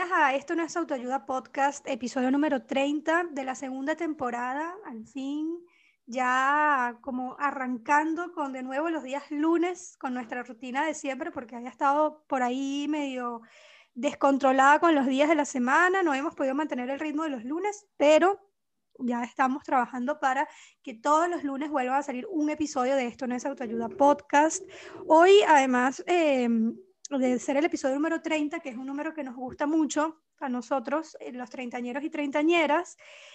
bienvenidas a Esto no es autoayuda podcast, episodio número 30 de la segunda temporada, al fin ya como arrancando con de nuevo los días lunes con nuestra rutina de siempre, porque había estado por ahí medio descontrolada con los días de la semana, no hemos podido mantener el ritmo de los lunes, pero ya estamos trabajando para que todos los lunes vuelva a salir un episodio de Esto no es autoayuda podcast. Hoy además de ser el episodio número 30, que es un número que nos gusta mucho a nosotros, los treintañeros y treintañeras,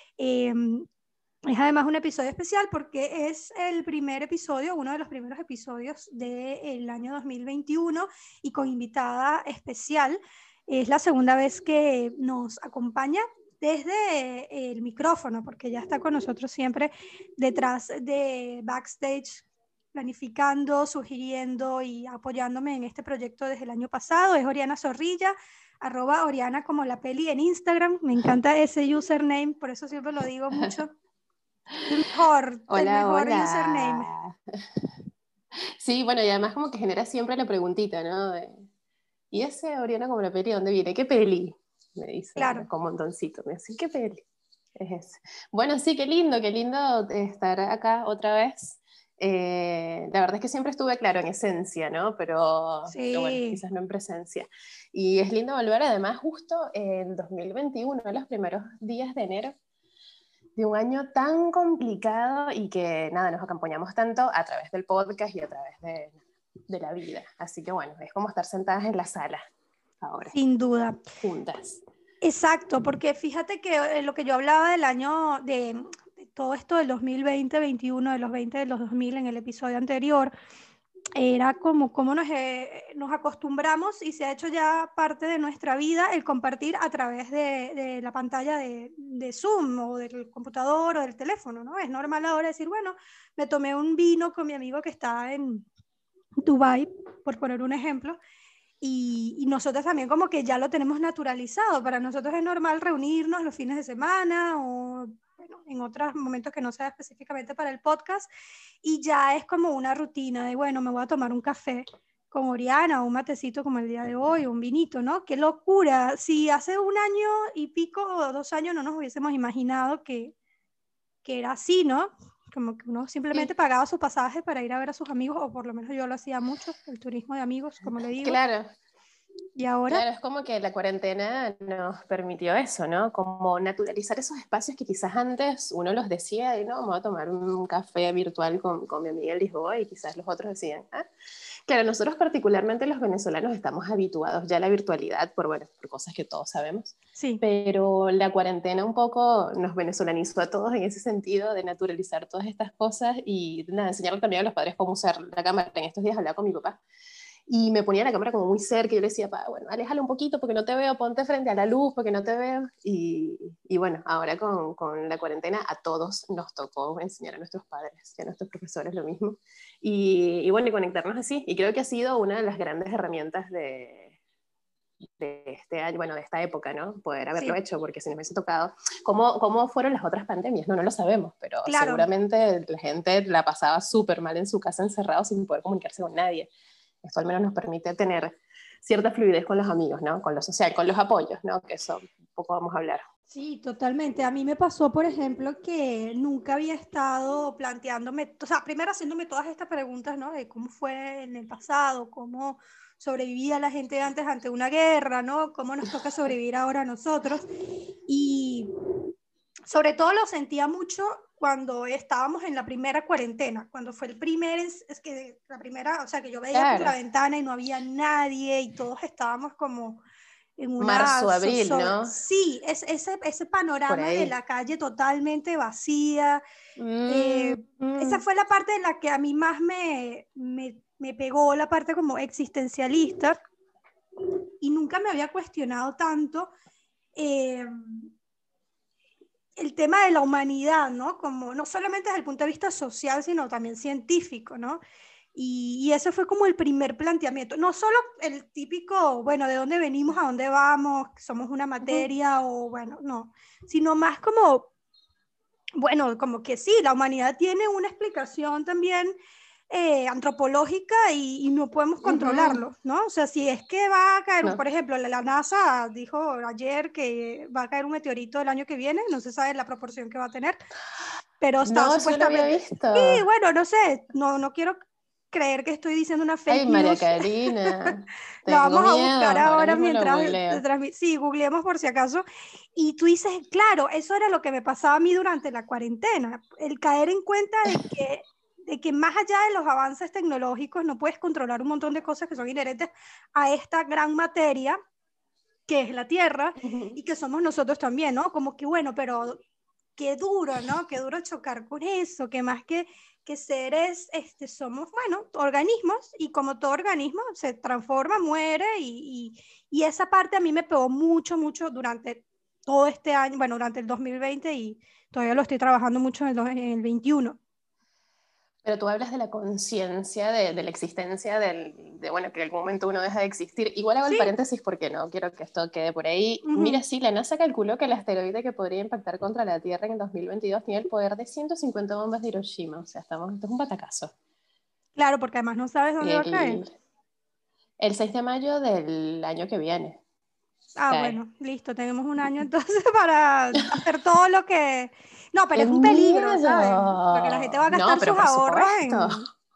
es además un episodio especial porque es el primer episodio, uno de los primeros episodios del año 2021 y con invitada especial. Es la segunda vez que nos acompaña desde el micrófono, porque ya está con nosotros siempre detrás de backstage, planificando, sugiriendo y apoyándome en este proyecto desde el año pasado. Es Oriana Zorrilla, @Oriana como la peli en Instagram. Me encanta ese username, por eso siempre lo digo mucho. El mejor username. Sí, bueno, y además como que genera siempre la preguntita, ¿no? ¿Y ese Oriana como la peli dónde viene? ¿Qué peli? Me dice, claro, con montoncito. Me dice, ¿qué peli? Es ese. Bueno, sí, qué lindo estar acá otra vez. La verdad es que siempre estuve, claro, en esencia, ¿no? Pero bueno, sí. quizás no en presencia. Y es lindo volver, además, justo en 2021, los primeros días de enero, de un año tan complicado y que nada, nos acompañamos tanto a través del podcast y a través de la vida. Así que bueno, es como estar sentadas en la sala ahora. Sin duda. Juntas. Exacto, porque fíjate que lo que yo hablaba del año, de todo esto del 2020, 21, de los 20 de los 2000 en el episodio anterior, era como cómo nos acostumbramos y se ha hecho ya parte de nuestra vida el compartir a través de la pantalla de Zoom o del computador o del teléfono, ¿no? Es normal ahora decir, bueno, me tomé un vino con mi amigo que está en Dubái, por poner un ejemplo, y nosotros también como que ya lo tenemos naturalizado. Para nosotros es normal reunirnos los fines de semana o bueno, en otros momentos que no sea específicamente para el podcast, y ya es como una rutina de, bueno, me voy a tomar un café con Oriana o un matecito como el día de hoy, o un vinito, ¿no? ¡Qué locura! Si hace un año y pico o 2 años no nos hubiésemos imaginado que era así, ¿no? Como que uno simplemente Sí, pagaba su pasaje para ir a ver a sus amigos, o por lo menos yo lo hacía mucho, el turismo de amigos, como le digo. claro. Y ahora, Claro, es como que la cuarentena nos permitió eso, ¿no? Como naturalizar esos espacios que quizás antes uno los decía, y no, me voy a tomar un café virtual con mi amiga en Lisboa, y quizás los otros decían, ah. Claro, nosotros particularmente los venezolanos estamos habituados ya a la virtualidad bueno, por cosas que todos sabemos, sí, pero la cuarentena un poco nos venezolanizó a todos en ese sentido de naturalizar todas estas cosas y nada, enseñarle también a los padres cómo usar la cámara. En estos días hablaba con mi papá y me ponía la cámara como muy cerca y yo le decía, pa, bueno, aléjala un poquito porque no te veo, ponte frente a la luz porque no te veo. Y bueno, ahora con la cuarentena a todos nos tocó enseñar a nuestros padres y a nuestros profesores lo mismo. Y bueno, y conectarnos así. Y creo que ha sido una de las grandes herramientas de este año, bueno, de esta época, ¿no? Poder haberlo sí, hecho, porque si nos hubiese tocado, ¿cómo fueron las otras pandemias? No lo sabemos, pero claro. seguramente la gente la pasaba súper mal en su casa encerrado sin poder comunicarse con nadie. Esto al menos nos permite tener cierta fluidez con los amigos, ¿no? Con lo social, con los apoyos, ¿no? Que eso un poco vamos a hablar. Sí, totalmente. A mí me pasó, por ejemplo, que nunca había estado planteándome, o sea, primero haciéndome todas estas preguntas, ¿no? De cómo fue en el pasado, cómo sobrevivía la gente antes ante una guerra, ¿no? Cómo nos toca sobrevivir ahora a nosotros. Y sobre todo lo sentía mucho cuando estábamos en la primera cuarentena, cuando fue el primer, es que la primera, o sea, que yo veía por la Claro. ventana y no había nadie y todos estábamos como en una, Marzo, abril, ¿no? sí, ese Por panorama de ahí. la calle totalmente vacía. Mm, Esa mm. fue la parte en la que a mí más me pegó, la parte como existencialista, y nunca me había cuestionado tanto eh, el tema de la humanidad, ¿no? Como, no solamente desde el punto de vista social, sino también científico, ¿no? Y ese fue como el primer planteamiento. No solo el típico, bueno, de dónde venimos, a dónde vamos, somos una materia o, bueno, no, sino más como, bueno, como que sí, la humanidad tiene una explicación también antropológica y no podemos controlarlo, ¿no? O sea, si es que va a caer, por ejemplo, la NASA dijo ayer que va a caer un meteorito el año que viene, no se sabe la proporción que va a tener, pero está No, eso no lo había supuestamente... visto. Y bueno, no sé, no quiero creer que estoy diciendo una fake Ay, María news. Karina, La tengo vamos a miedo, buscar ahora ahora mismo lo mientras googleo. sí, googleemos por si acaso. Y tú dices, claro, eso era lo que me pasaba a mí durante la cuarentena, el caer en cuenta de que más allá de los avances tecnológicos no puedes controlar un montón de cosas que son inherentes a esta gran materia que es la Tierra y que somos nosotros también, ¿no? Como que bueno, pero qué duro, ¿no? Qué duro chocar con eso, que más que seres, somos, bueno, organismos y como todo organismo se transforma, muere y esa parte a mí me pegó mucho, mucho durante todo este año, bueno, durante el 2020 y todavía lo estoy trabajando mucho en el 21. Pero tú hablas de la conciencia de la existencia de, bueno, que en algún momento uno deja de existir. Igual hago el Sí. paréntesis porque no quiero que esto quede por ahí. Mira, sí, la NASA calculó que el asteroide que podría impactar contra la Tierra en el 2022 tiene el poder de 150 bombas de Hiroshima. O sea, esto es un batacazo. Claro, porque además no sabes dónde va a caer. El 6 de mayo del año que viene. Ah, Cae. bueno, listo, tenemos un año entonces para hacer todo lo que... No, pero ¡Qué es un peligro, ¿sabes? Porque la gente va miedo! a No, gastar pero sus por ahorros supuesto.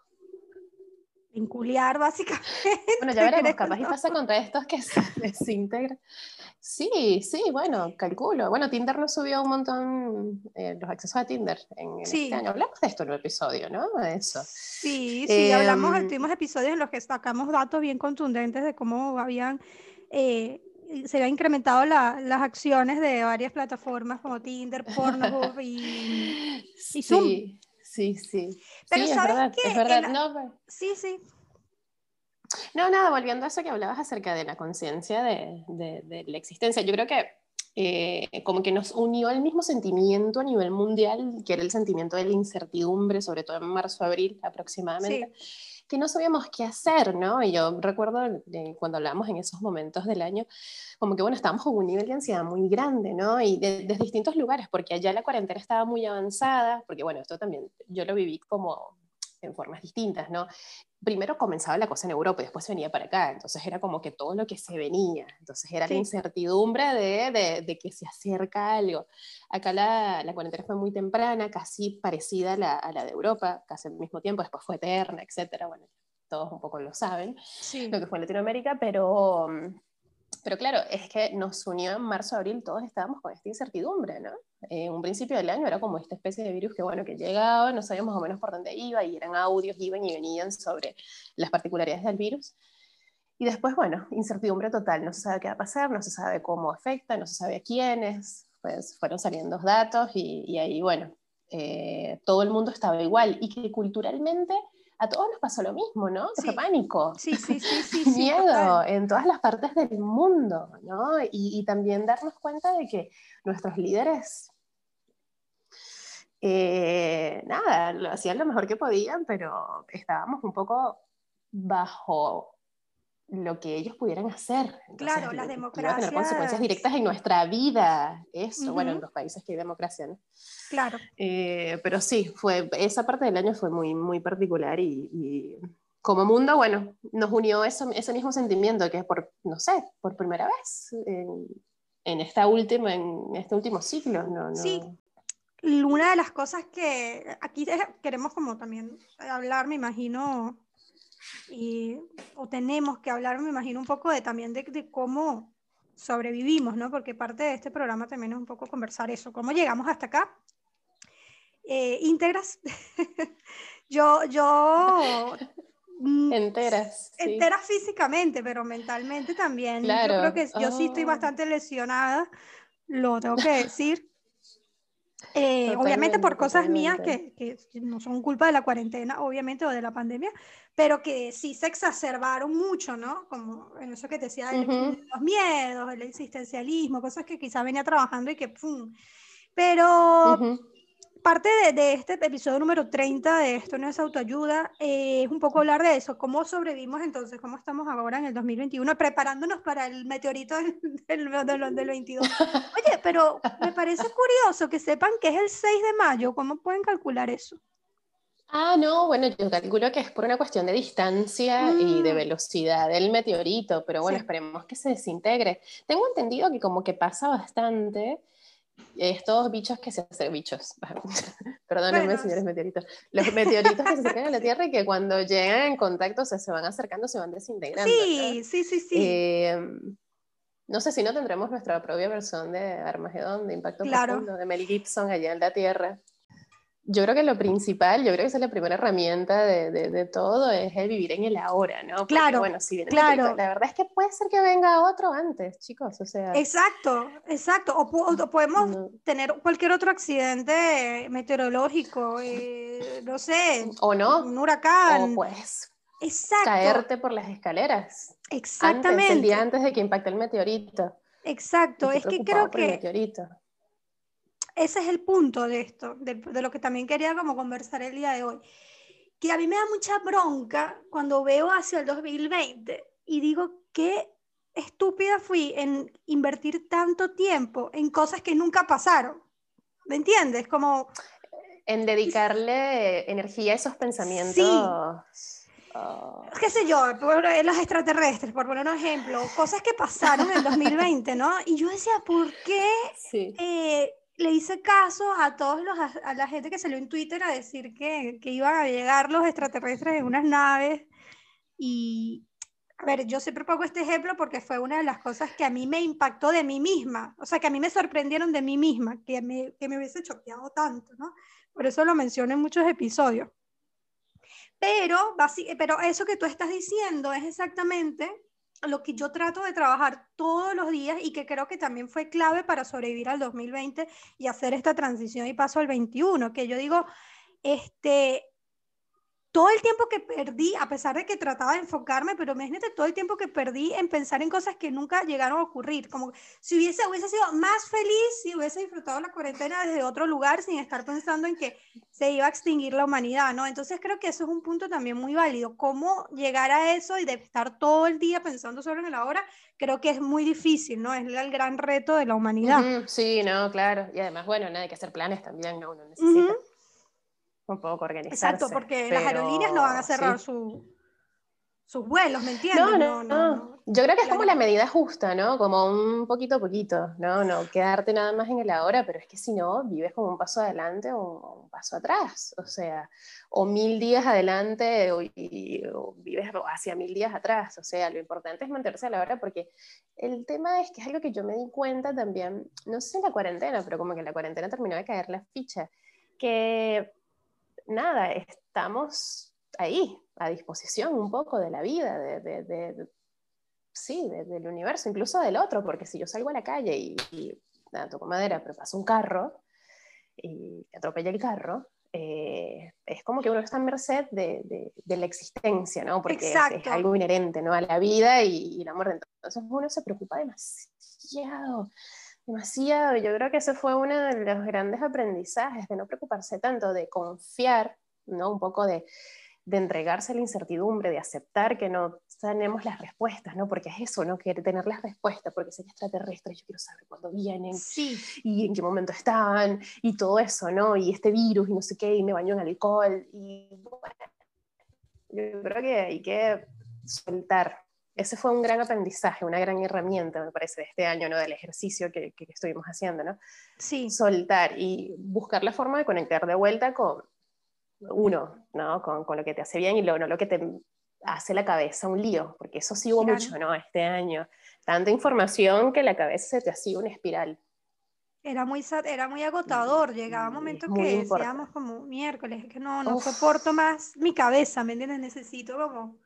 en culiar, Bueno, ya básicamente, veremos, creo, capaz y ¿no? pasa contra estos que se desintegran. Sí, sí, bueno, calculo. Bueno, Tinder nos subió un montón los accesos a Tinder en este Sí, año. Hablamos de esto en el episodio, ¿no? De eso. sí, Eh, tuvimos episodios en los que sacamos datos bien contundentes de cómo se habían incrementado las acciones de varias plataformas como Tinder, Pornhub y Zoom. sí, sí, sí. Pero Sí, es ¿sabes verdad, es qué? verdad. No, Sí, sí. no, nada, volviendo a eso que hablabas acerca de la conciencia de la existencia, yo creo que como que nos unió el mismo sentimiento a nivel mundial, que era el sentimiento de la incertidumbre, sobre todo en marzo, abril aproximadamente, Sí, que no sabíamos qué hacer, ¿no? Y yo recuerdo cuando hablábamos en esos momentos del año, como que, bueno, estábamos con un nivel de ansiedad muy grande, ¿no? Y desde distintos lugares, porque allá la cuarentena estaba muy avanzada, porque, bueno, esto también yo lo viví como en formas distintas, ¿no? Primero comenzaba la cosa en Europa y después venía para acá, entonces era como que todo lo que se venía, entonces era la sí. incertidumbre de que se acerca algo. Acá la cuarentena fue muy temprana, casi parecida a la de Europa, casi al mismo tiempo, después fue eterna, etcétera, bueno, todos un poco lo saben, lo Sí, que fue en Latinoamérica, pero claro, es que nos unió en marzo, abril, todos estábamos con esta incertidumbre, ¿no? Un principio del año era como esta especie de virus que, bueno, que llegaba, no sabíamos más o menos por dónde iba, y eran audios, iban y venían sobre las particularidades del virus. Y después, bueno, incertidumbre total, no se sabe qué va a pasar, no se sabe cómo afecta, no se sabe a quiénes, pues fueron saliendo datos y ahí, bueno, todo el mundo estaba igual, y que culturalmente a todos nos pasó lo mismo, ¿no? Que fue sí, pánico, sí, miedo total. en todas las partes del mundo, ¿no? Y también darnos cuenta de que nuestros líderes, nada, lo hacían lo mejor que podían, pero estábamos un poco bajo lo que ellos pudieran hacer. Entonces, Claro, las que iba a tener consecuencias directas democracias, en nuestra vida, eso, bueno, en ujú, los países que hay democracia, ¿no? claro. Pero sí, esa parte del año fue muy, muy particular y como mundo, bueno, nos unió ese mismo sentimiento que es no sé, por primera vez en este último ciclo, no, Sí, no. una de las cosas que aquí queremos como también hablar, me imagino, o tenemos que hablar, me imagino, un poco también de cómo sobrevivimos, ¿no? Porque parte de este programa también es un poco conversar eso, cómo llegamos hasta acá, íntegras. yo Enteras, sí, entera físicamente, pero mentalmente también. Yo creo claro. que yo sí estoy Oh, bastante lesionada, lo tengo que decir. Obviamente totalmente, por cosas mías totalmente. que no son culpa de la cuarentena, obviamente, o de la pandemia, pero que sí se exacerbaron mucho, ¿no? Como en eso que te decía, Ujú, los miedos, el existencialismo, cosas que quizá venía trabajando y que, ¡pum! Pero ujú. parte de este episodio número 30 de Esto no es autoayuda, es un poco hablar de eso, cómo sobrevivimos entonces, cómo estamos ahora en el 2021, preparándonos para el meteorito del 22. Oye, pero me parece curioso que sepan que es el 6 de mayo, ¿cómo pueden calcular eso? No, bueno, yo calculo que es por una cuestión de distancia y de Mm, velocidad del meteorito, pero bueno, sí. esperemos que se desintegre. Tengo entendido que como que pasa bastante estos bichos que se hacen bichos, perdónenme Bueno, señores meteoritos, los meteoritos que se acercan a la Tierra y que cuando llegan en contacto, o sea, se van acercando, se van desintegrando, ¿no? sí, sí, sí, sí, Eh, no sé si no tendremos nuestra propia versión de Armagedón, de Impacto claro, Profundo, de Mel Gibson allá en la Tierra. Yo creo que lo principal, yo creo que esa es la primera herramienta de todo, es el vivir en el ahora, ¿no? Porque claro, bueno, si viene el meteorito, claro. la verdad es que puede ser que venga otro antes, chicos, o sea, Exacto, exacto. O podemos no, tener cualquier otro accidente meteorológico, no sé, o un no, o huracán. pues Exacto, caerte por las escaleras, antes, el día exactamente, antes de que impacte el meteorito, y exacto. tú Es que creo preocupado por el que meteorito. ese es el punto de esto, de lo que también quería como conversar el día de hoy. Que a mí me da mucha bronca cuando veo hacia el 2020 y digo, qué estúpida fui en invertir tanto tiempo en cosas que nunca pasaron. ¿Me entiendes? Como, En dedicarle energía a esos sí, pensamientos. Oh, qué sé yo, por los extraterrestres, por poner un ejemplo, cosas que pasaron en 2020, ¿no? Y yo decía, ¿por qué sí. le hice caso a a la gente que salió en Twitter a decir que iban a llegar los extraterrestres en unas naves? Y, a ver, yo siempre pongo este ejemplo porque fue una de las cosas que a mí me impactó de mí misma, o sea, que a mí me sorprendieron de mí misma, que me hubiese choqueado tanto, ¿no? Por eso lo menciono en muchos episodios. Pero eso que tú estás diciendo es exactamente lo que yo trato de trabajar todos los días y que creo que también fue clave para sobrevivir al 2020 y hacer esta transición y paso al 21, que yo digo, este, todo el tiempo que perdí, a pesar de que trataba de enfocarme, pero imagínate todo el tiempo que perdí en pensar en cosas que nunca llegaron a ocurrir, como si hubiese sido más feliz si hubiese disfrutado la cuarentena desde otro lugar sin estar pensando en que se iba a extinguir la humanidad, ¿no? Entonces creo que eso es un punto también muy válido, cómo llegar a eso y de estar todo el día pensando solo en el ahora, creo que es muy difícil, ¿no? Es el gran reto de la humanidad. Ujú, sí, no, claro. Y además, bueno, nada, hay que hacer planes también, ¿no? Uno Uh -huh. necesita un poco Exacto, organizarse, porque las aerolíneas no van a pero cerrar sí. sus vuelos, ¿me entiendes? No, no, No, no, no. no. Yo creo que es como Claro. la medida justa, ¿no? Como un poquito a poquito, ¿no? No quedarte nada más en el ahora, pero es que si no, vives como un paso adelante o un paso atrás, o sea, o 1000 días adelante o vives hacia 1000 días atrás, o sea, lo importante es mantenerse a la hora porque el tema es que es algo que yo me di cuenta también, no sé si en la cuarentena, pero como que en la cuarentena terminó de caer la ficha, que nada, estamos ahí, a disposición un poco de la vida, sí, del universo, incluso del otro, porque si yo salgo a la calle y nada, toco madera, pero pasa un carro y atropella el carro, es como que uno está en merced de la existencia, ¿no? Porque es Exacto. algo inherente, ¿no? A la vida y la muerte. Entonces uno se preocupa demasiado, demasiado. Yo creo que ese fue uno de los grandes aprendizajes, de no preocuparse tanto, de confiar, ¿no? Un poco de entregarse a la incertidumbre, de aceptar que no tenemos las respuestas, ¿no? Porque es eso, ¿no? Quiere tener las respuestas, porque son extraterrestres, yo quiero saber cuándo vienen Sí, y en qué momento estaban y todo eso, ¿no? Y este virus y no sé qué, y me baño en alcohol y bueno, yo creo que hay que soltar. Ese fue un gran aprendizaje, una gran herramienta, me parece, de este año, ¿no? Del ejercicio que estuvimos haciendo, ¿no? sí, Soltar y buscar la forma de conectar de vuelta con uno, ¿no? Con lo que te hace bien y no lo que te hace la cabeza un lío, porque eso sí hubo claro. mucho, ¿no? Este año. Tanta información que la cabeza se te hacía una espiral. Era muy agotador. Llegaba un Y es momento muy que decíamos importante. como miércoles, es que no, no soporto Uf. más mi cabeza, ¿me entiendes? Necesito como...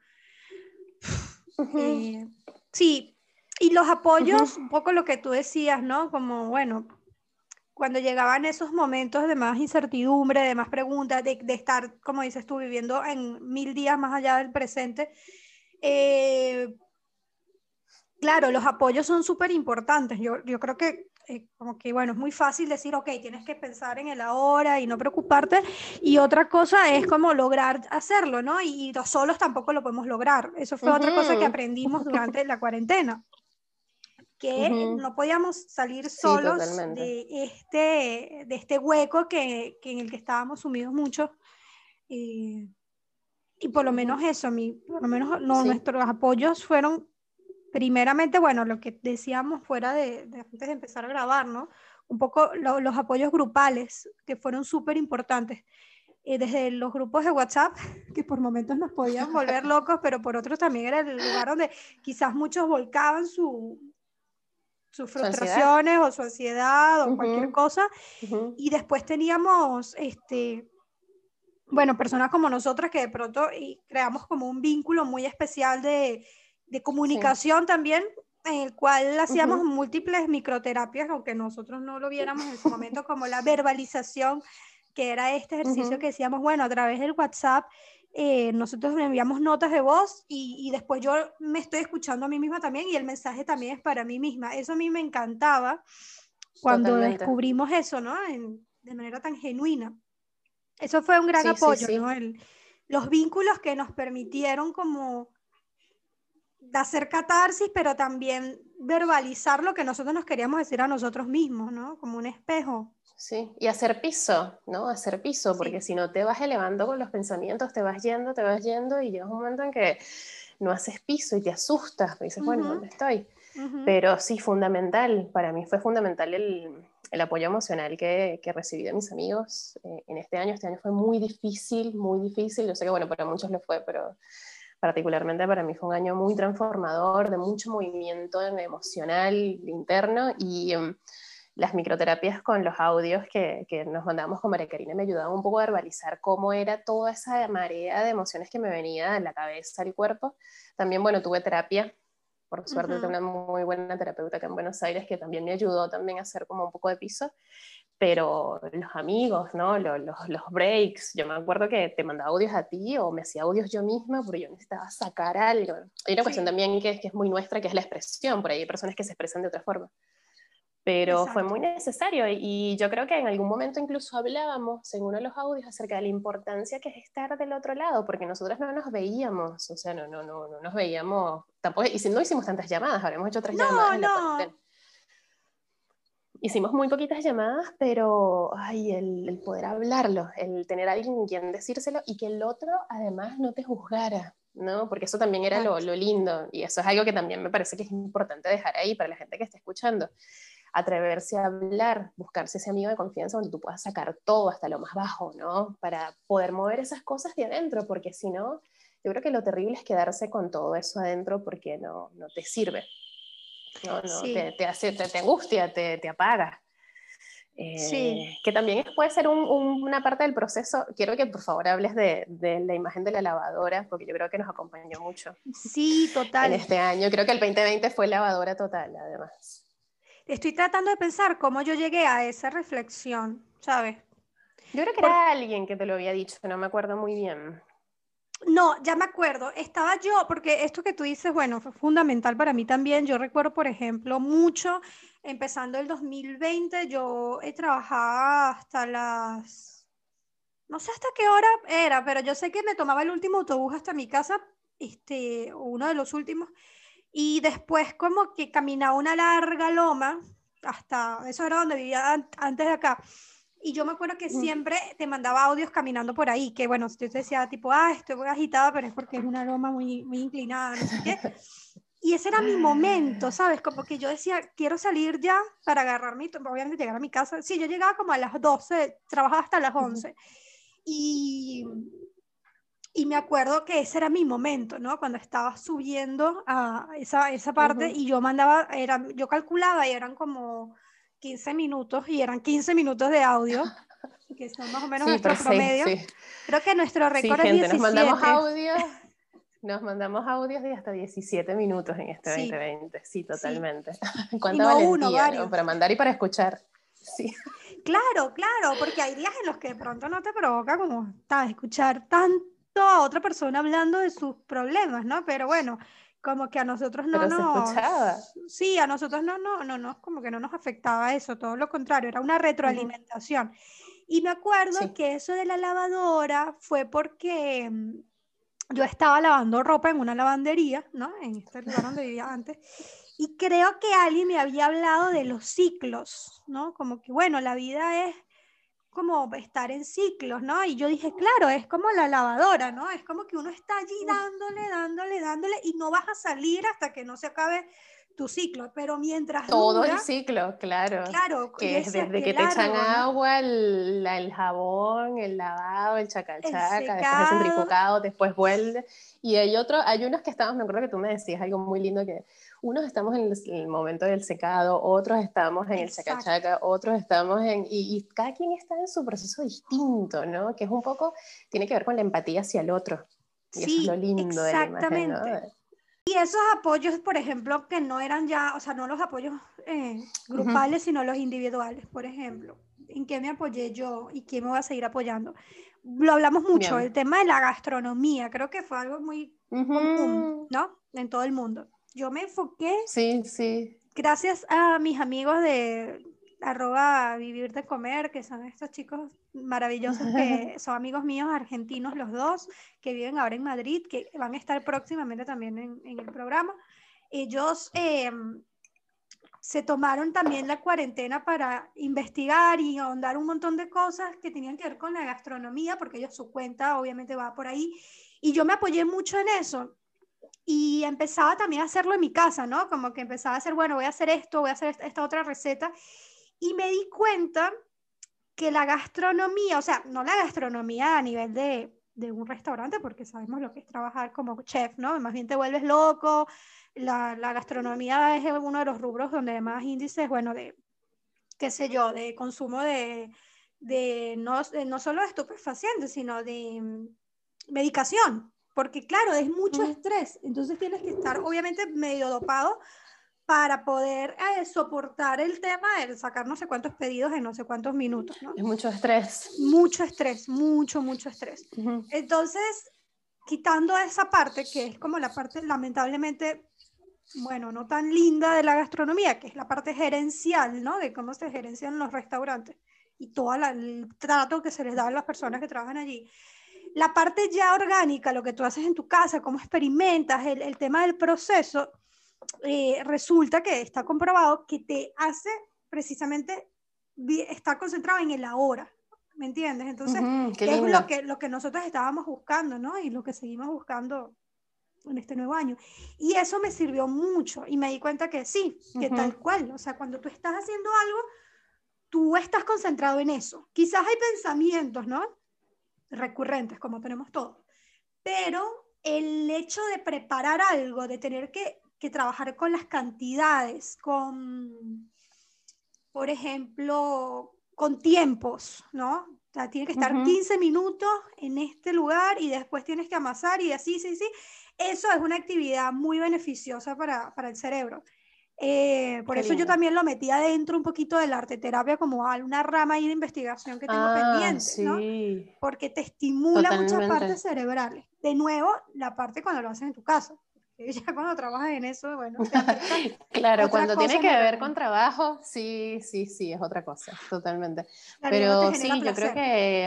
Ujú, eh, sí, y los apoyos, ujú. un poco lo que tú decías, ¿no? Como, bueno, cuando llegaban esos momentos de más incertidumbre, de más preguntas, de estar, como dices tú, viviendo en 1000 días más allá del presente, eh, claro, los apoyos son súper importantes. Yo creo que como que, bueno, es muy fácil decir, ok, tienes que pensar en el ahora y no preocuparte. Y otra cosa es como lograr hacerlo, ¿no? Y los solos tampoco lo podemos lograr. Eso fue otra cosa que Ujú. aprendimos durante la cuarentena, que Ujú. no podíamos salir Sí, solos totalmente. de este hueco en el que estábamos sumidos muchos y por lo menos eso, por lo menos no, Sí. nuestros apoyos fueron primeramente, bueno, lo que decíamos fuera de antes de empezar a grabar, ¿no? Un poco los apoyos grupales, que fueron súper importantes. Desde los grupos de WhatsApp, que por momentos nos podían volver locos, pero por otros también era el lugar donde quizás muchos volcaban sus Su ansiedad. frustraciones o su ansiedad o cualquier Ujú, cosa. ujú. Y después teníamos, bueno, personas como nosotras que de pronto creamos como un vínculo muy especial de Sí. comunicación también, en el cual hacíamos Ujú. múltiples microterapias, aunque nosotros no lo viéramos en su momento como la verbalización, que era este ejercicio Ujú. que decíamos, bueno, a través del WhatsApp, nosotros enviamos notas de voz y después yo me estoy escuchando a mí misma también y el mensaje también es para mí misma. Eso a mí me encantaba cuando Totalmente. descubrimos eso, ¿no? De manera tan genuina. Eso fue un gran Sí, sí, apoyo, ¿no? sí. Los vínculos que nos permitieron como hacer catarsis, pero también verbalizar lo que nosotros nos queríamos decir a nosotros mismos, ¿no? Como un espejo. Sí, y hacer piso, ¿no? Hacer piso, porque Sí. si no te vas elevando con los pensamientos, te vas yendo y llega un momento en que no haces piso y te asustas, y dices, bueno, Ujú, ¿dónde estoy? ujú. Pero sí, fundamental, para mí fue fundamental el apoyo emocional que recibí de mis amigos en este año fue muy difícil, yo sé que bueno, para muchos lo fue, pero particularmente para mí fue un año muy transformador, de mucho movimiento emocional interno y las microterapias con los audios que nos mandamos con María Karina me ayudaban un poco a verbalizar cómo era toda esa marea de emociones que me venía de la cabeza al cuerpo. También, bueno, tuve terapia, por suerte tengo Ujú. una muy buena terapeuta acá en Buenos Aires que también me ayudó también a hacer como un poco de piso, pero los amigos, ¿no? Los breaks, yo me acuerdo que te mandaba audios a ti o me hacía audios yo misma porque yo necesitaba sacar algo. Hay una cuestión Sí, también que es muy nuestra, que es la expresión, por ahí hay personas que se expresan de otra forma, pero fue muy exacto. necesario y yo creo que en algún momento incluso hablábamos en uno de los audios acerca de la importancia que es estar del otro lado, porque nosotros no nos veíamos, o sea, no nos veíamos, tampoco, y si no hicimos tantas llamadas, habremos hecho 3 llamadas No, en la no. cuarentena. Hicimos muy poquitas llamadas, pero ay, el poder hablarlo, el tener a alguien con quien decírselo y que el otro además no te juzgara, ¿no? Porque eso también era Exacto. lo lindo y eso es algo que también me parece que es importante dejar ahí para la gente que está escuchando. Atreverse a hablar, buscarse ese amigo de confianza donde tú puedas sacar todo hasta lo más bajo, ¿no? Para poder mover esas cosas de adentro, porque si no, yo creo que lo terrible es quedarse con todo eso adentro porque no te sirve. No, Sí, te angustia, te apaga. sí, Que también puede ser una parte del proceso. Quiero que por favor hables de la imagen de la lavadora, porque yo creo que nos acompañó mucho sí, en total. este año. Creo que el 2020 fue lavadora total, además. Estoy tratando de pensar cómo yo llegué a esa reflexión, ¿sabes? Yo creo que Por, era alguien que te lo había dicho, no me acuerdo muy bien. No, ya me acuerdo. Estaba yo, porque esto que tú dices, bueno, fue fundamental para mí también. Yo recuerdo, por ejemplo, mucho, empezando el 2020, yo trabajaba hasta no sé hasta qué hora era, pero yo sé que me tomaba el último autobús hasta mi casa, uno de los últimos, y después como que caminaba una larga loma, hasta, eso era donde vivía antes de acá. Y yo me acuerdo que siempre te mandaba audios caminando por ahí, que bueno, yo te decía tipo, estoy muy agitada, pero es porque es una loma muy, muy inclinada, no sé qué. Y ese era mi momento, ¿sabes? Como que yo decía, quiero salir ya para agarrar obviamente llegar a mi casa. Sí, yo llegaba como a las 12, trabajaba hasta las 11. Y, y me acuerdo que ese era mi momento, ¿no? Cuando estaba subiendo a esa parte y yo mandaba, yo calculaba y eran como 15 minutos y eran 15 minutos de audio, que son más o menos Sí, nuestro pero sí, promedio. sí. Creo que nuestro Sí, récord es gente, 17. nos mandamos audios de hasta 17 minutos en este Sí, 2020. Sí, sí. totalmente. Y Cuánta no uno, valentía, ¿no? Para varios. mandar y para escuchar. Sí. Claro, claro, porque hay días en los que de pronto no te provoca como escuchar tanto a otra persona hablando de sus problemas, ¿no? Pero bueno, como que a nosotros no Pero se escuchaba. sí, a nosotros como que no nos afectaba eso, todo lo contrario, era una Ujú. retroalimentación. Y me acuerdo Sí. que eso de la lavadora fue porque yo estaba lavando ropa en una lavandería, ¿no? En este lugar donde vivía antes. Y creo que alguien me había hablado de los ciclos, ¿no? Como que, bueno, la vida es como estar en ciclos, ¿no? Y yo dije, claro, es como la lavadora, ¿no? Es como que uno está allí dándole y no vas a salir hasta que no se acabe tu ciclo, pero mientras Todo el dura, ciclo, claro. claro, y Que es ese desde que que te echan largo, ¿no? agua, el jabón, el lavado, el El chacachaca, después el secado, centrifugado, después vuelve. Y hay unos que estamos, me acuerdo que tú me decías algo muy lindo, que unos estamos en el momento del secado, otros estamos en el exacto, chacachaca, otros estamos y cada quien está en su proceso distinto, ¿no? Que es un poco, tiene que ver con la empatía hacia el otro. Y eso es lo sí, lindo de la imagen, ¿no? exactamente. Y esos apoyos, por ejemplo, que no eran ya, o sea, no los apoyos Ujú. grupales, sino los individuales, por ejemplo. ¿En qué me apoyé yo y quién me va a seguir apoyando? Lo hablamos mucho, Bien. el tema de la gastronomía, creo que fue algo muy común, Ujú. ¿no? En todo el mundo. Yo me enfoqué, Sí, sí. gracias a mis amigos de @vivir de comer, que son estos chicos maravillosos que son amigos míos argentinos los dos, que viven ahora en Madrid, que van a estar próximamente también en el programa. Ellos se tomaron también la cuarentena para investigar y ahondar un montón de cosas que tenían que ver con la gastronomía, porque ellos su cuenta obviamente va por ahí, y yo me apoyé mucho en eso. Y empezaba también a hacerlo en mi casa, ¿no? Como que empezaba a hacer, bueno, voy a hacer esto, voy a hacer esta otra receta. Y me di cuenta que la gastronomía, o sea, no la gastronomía a nivel de un restaurante, porque sabemos lo que es trabajar como chef, ¿no? Más bien te vuelves loco. La gastronomía es uno de los rubros donde más índices, bueno, de, qué sé yo, de consumo de no solo de estupefacientes, sino de medicación, porque claro, es mucho Ujú. estrés, entonces tienes que estar obviamente medio dopado para poder soportar el tema de sacar no sé cuántos pedidos en no sé cuántos minutos, ¿no? Es mucho estrés. Mucho estrés, mucho estrés. Ujú. Entonces, quitando esa parte, que es como la parte lamentablemente, bueno, no tan linda de la gastronomía, que es la parte gerencial, ¿no? De cómo se gerencian los restaurantes y todo el trato que se les da a las personas que trabajan allí. La parte ya orgánica, lo que tú haces en tu casa, cómo experimentas, el tema del proceso, resulta que está comprobado que te hace precisamente estar concentrado en el ahora, ¿me entiendes? Entonces, Ujú, qué que es lindo. lo que nosotros estábamos buscando, ¿no? Y lo que seguimos buscando en este nuevo año. Y eso me sirvió mucho y me di cuenta que sí, que Ujú. tal cual, o sea, cuando tú estás haciendo algo, tú estás concentrado en eso. Quizás hay pensamientos, ¿no? Recurrentes, como tenemos todos, pero el hecho de preparar algo, de tener que trabajar con las cantidades, con, por ejemplo, con tiempos, ¿no? O sea, tiene que estar Ujú. 15 minutos en este lugar y después tienes que amasar y así, sí, sí. Eso es una actividad muy beneficiosa para el cerebro. Por Qué eso yo lindo. también lo metí adentro un poquito del arte terapia como una rama ahí de investigación que tengo Ah, pendiente, ¿no? sí, Porque te estimula muchas partes totalmente. cerebrales. De nuevo, la parte cuando lo haces en tu casa. Ya cuando trabajas en eso, bueno, te afecta Claro, otras cuando tiene cosas que ver con neurológicas. trabajo, sí, sí, sí, es otra cosa, totalmente. Claro, ya no te Pero genera sí, placer.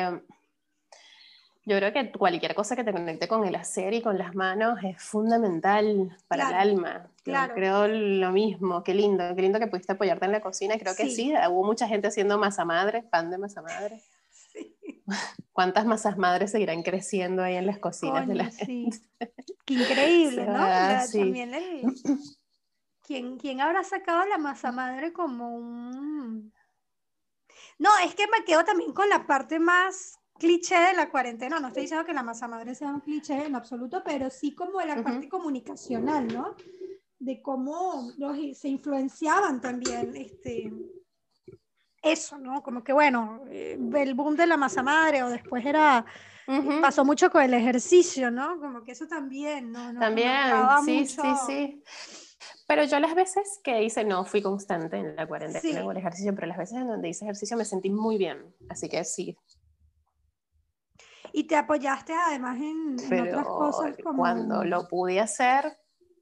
yo creo que cualquier cosa que te conecte con el hacer y con las manos es fundamental para el Claro, alma. Yo claro. creo lo mismo. Qué lindo que pudiste apoyarte en la cocina. Creo que Sí, sí, hubo mucha gente haciendo masa madre, pan de masa madre. sí. ¿Cuántas masas madres seguirán creciendo ahí en las cocinas de la Coño, gente? sí. Qué Se increíble, ¿no? va, sí. También ¿quién habrá sacado la masa madre como un... No, es que me quedo también con la parte más cliché de la cuarentena. No estoy diciendo que la masa madre sea un cliché en absoluto, pero sí como de la parte Ujú. comunicacional, ¿no? De cómo se influenciaban también eso, ¿no? Como que bueno, el boom de la masa madre o después era, Ujú. pasó mucho con el ejercicio, ¿no? Como que eso también, ¿no? Nos También, conectaba sí, mucho. sí, sí. Pero yo las veces que hice, no fui constante en la cuarentena o el Sí, ejercicio, pero las veces en donde hice ejercicio me sentí muy bien. Así que sí, y te apoyaste además en otras pero cosas cuando como, lo pude hacer,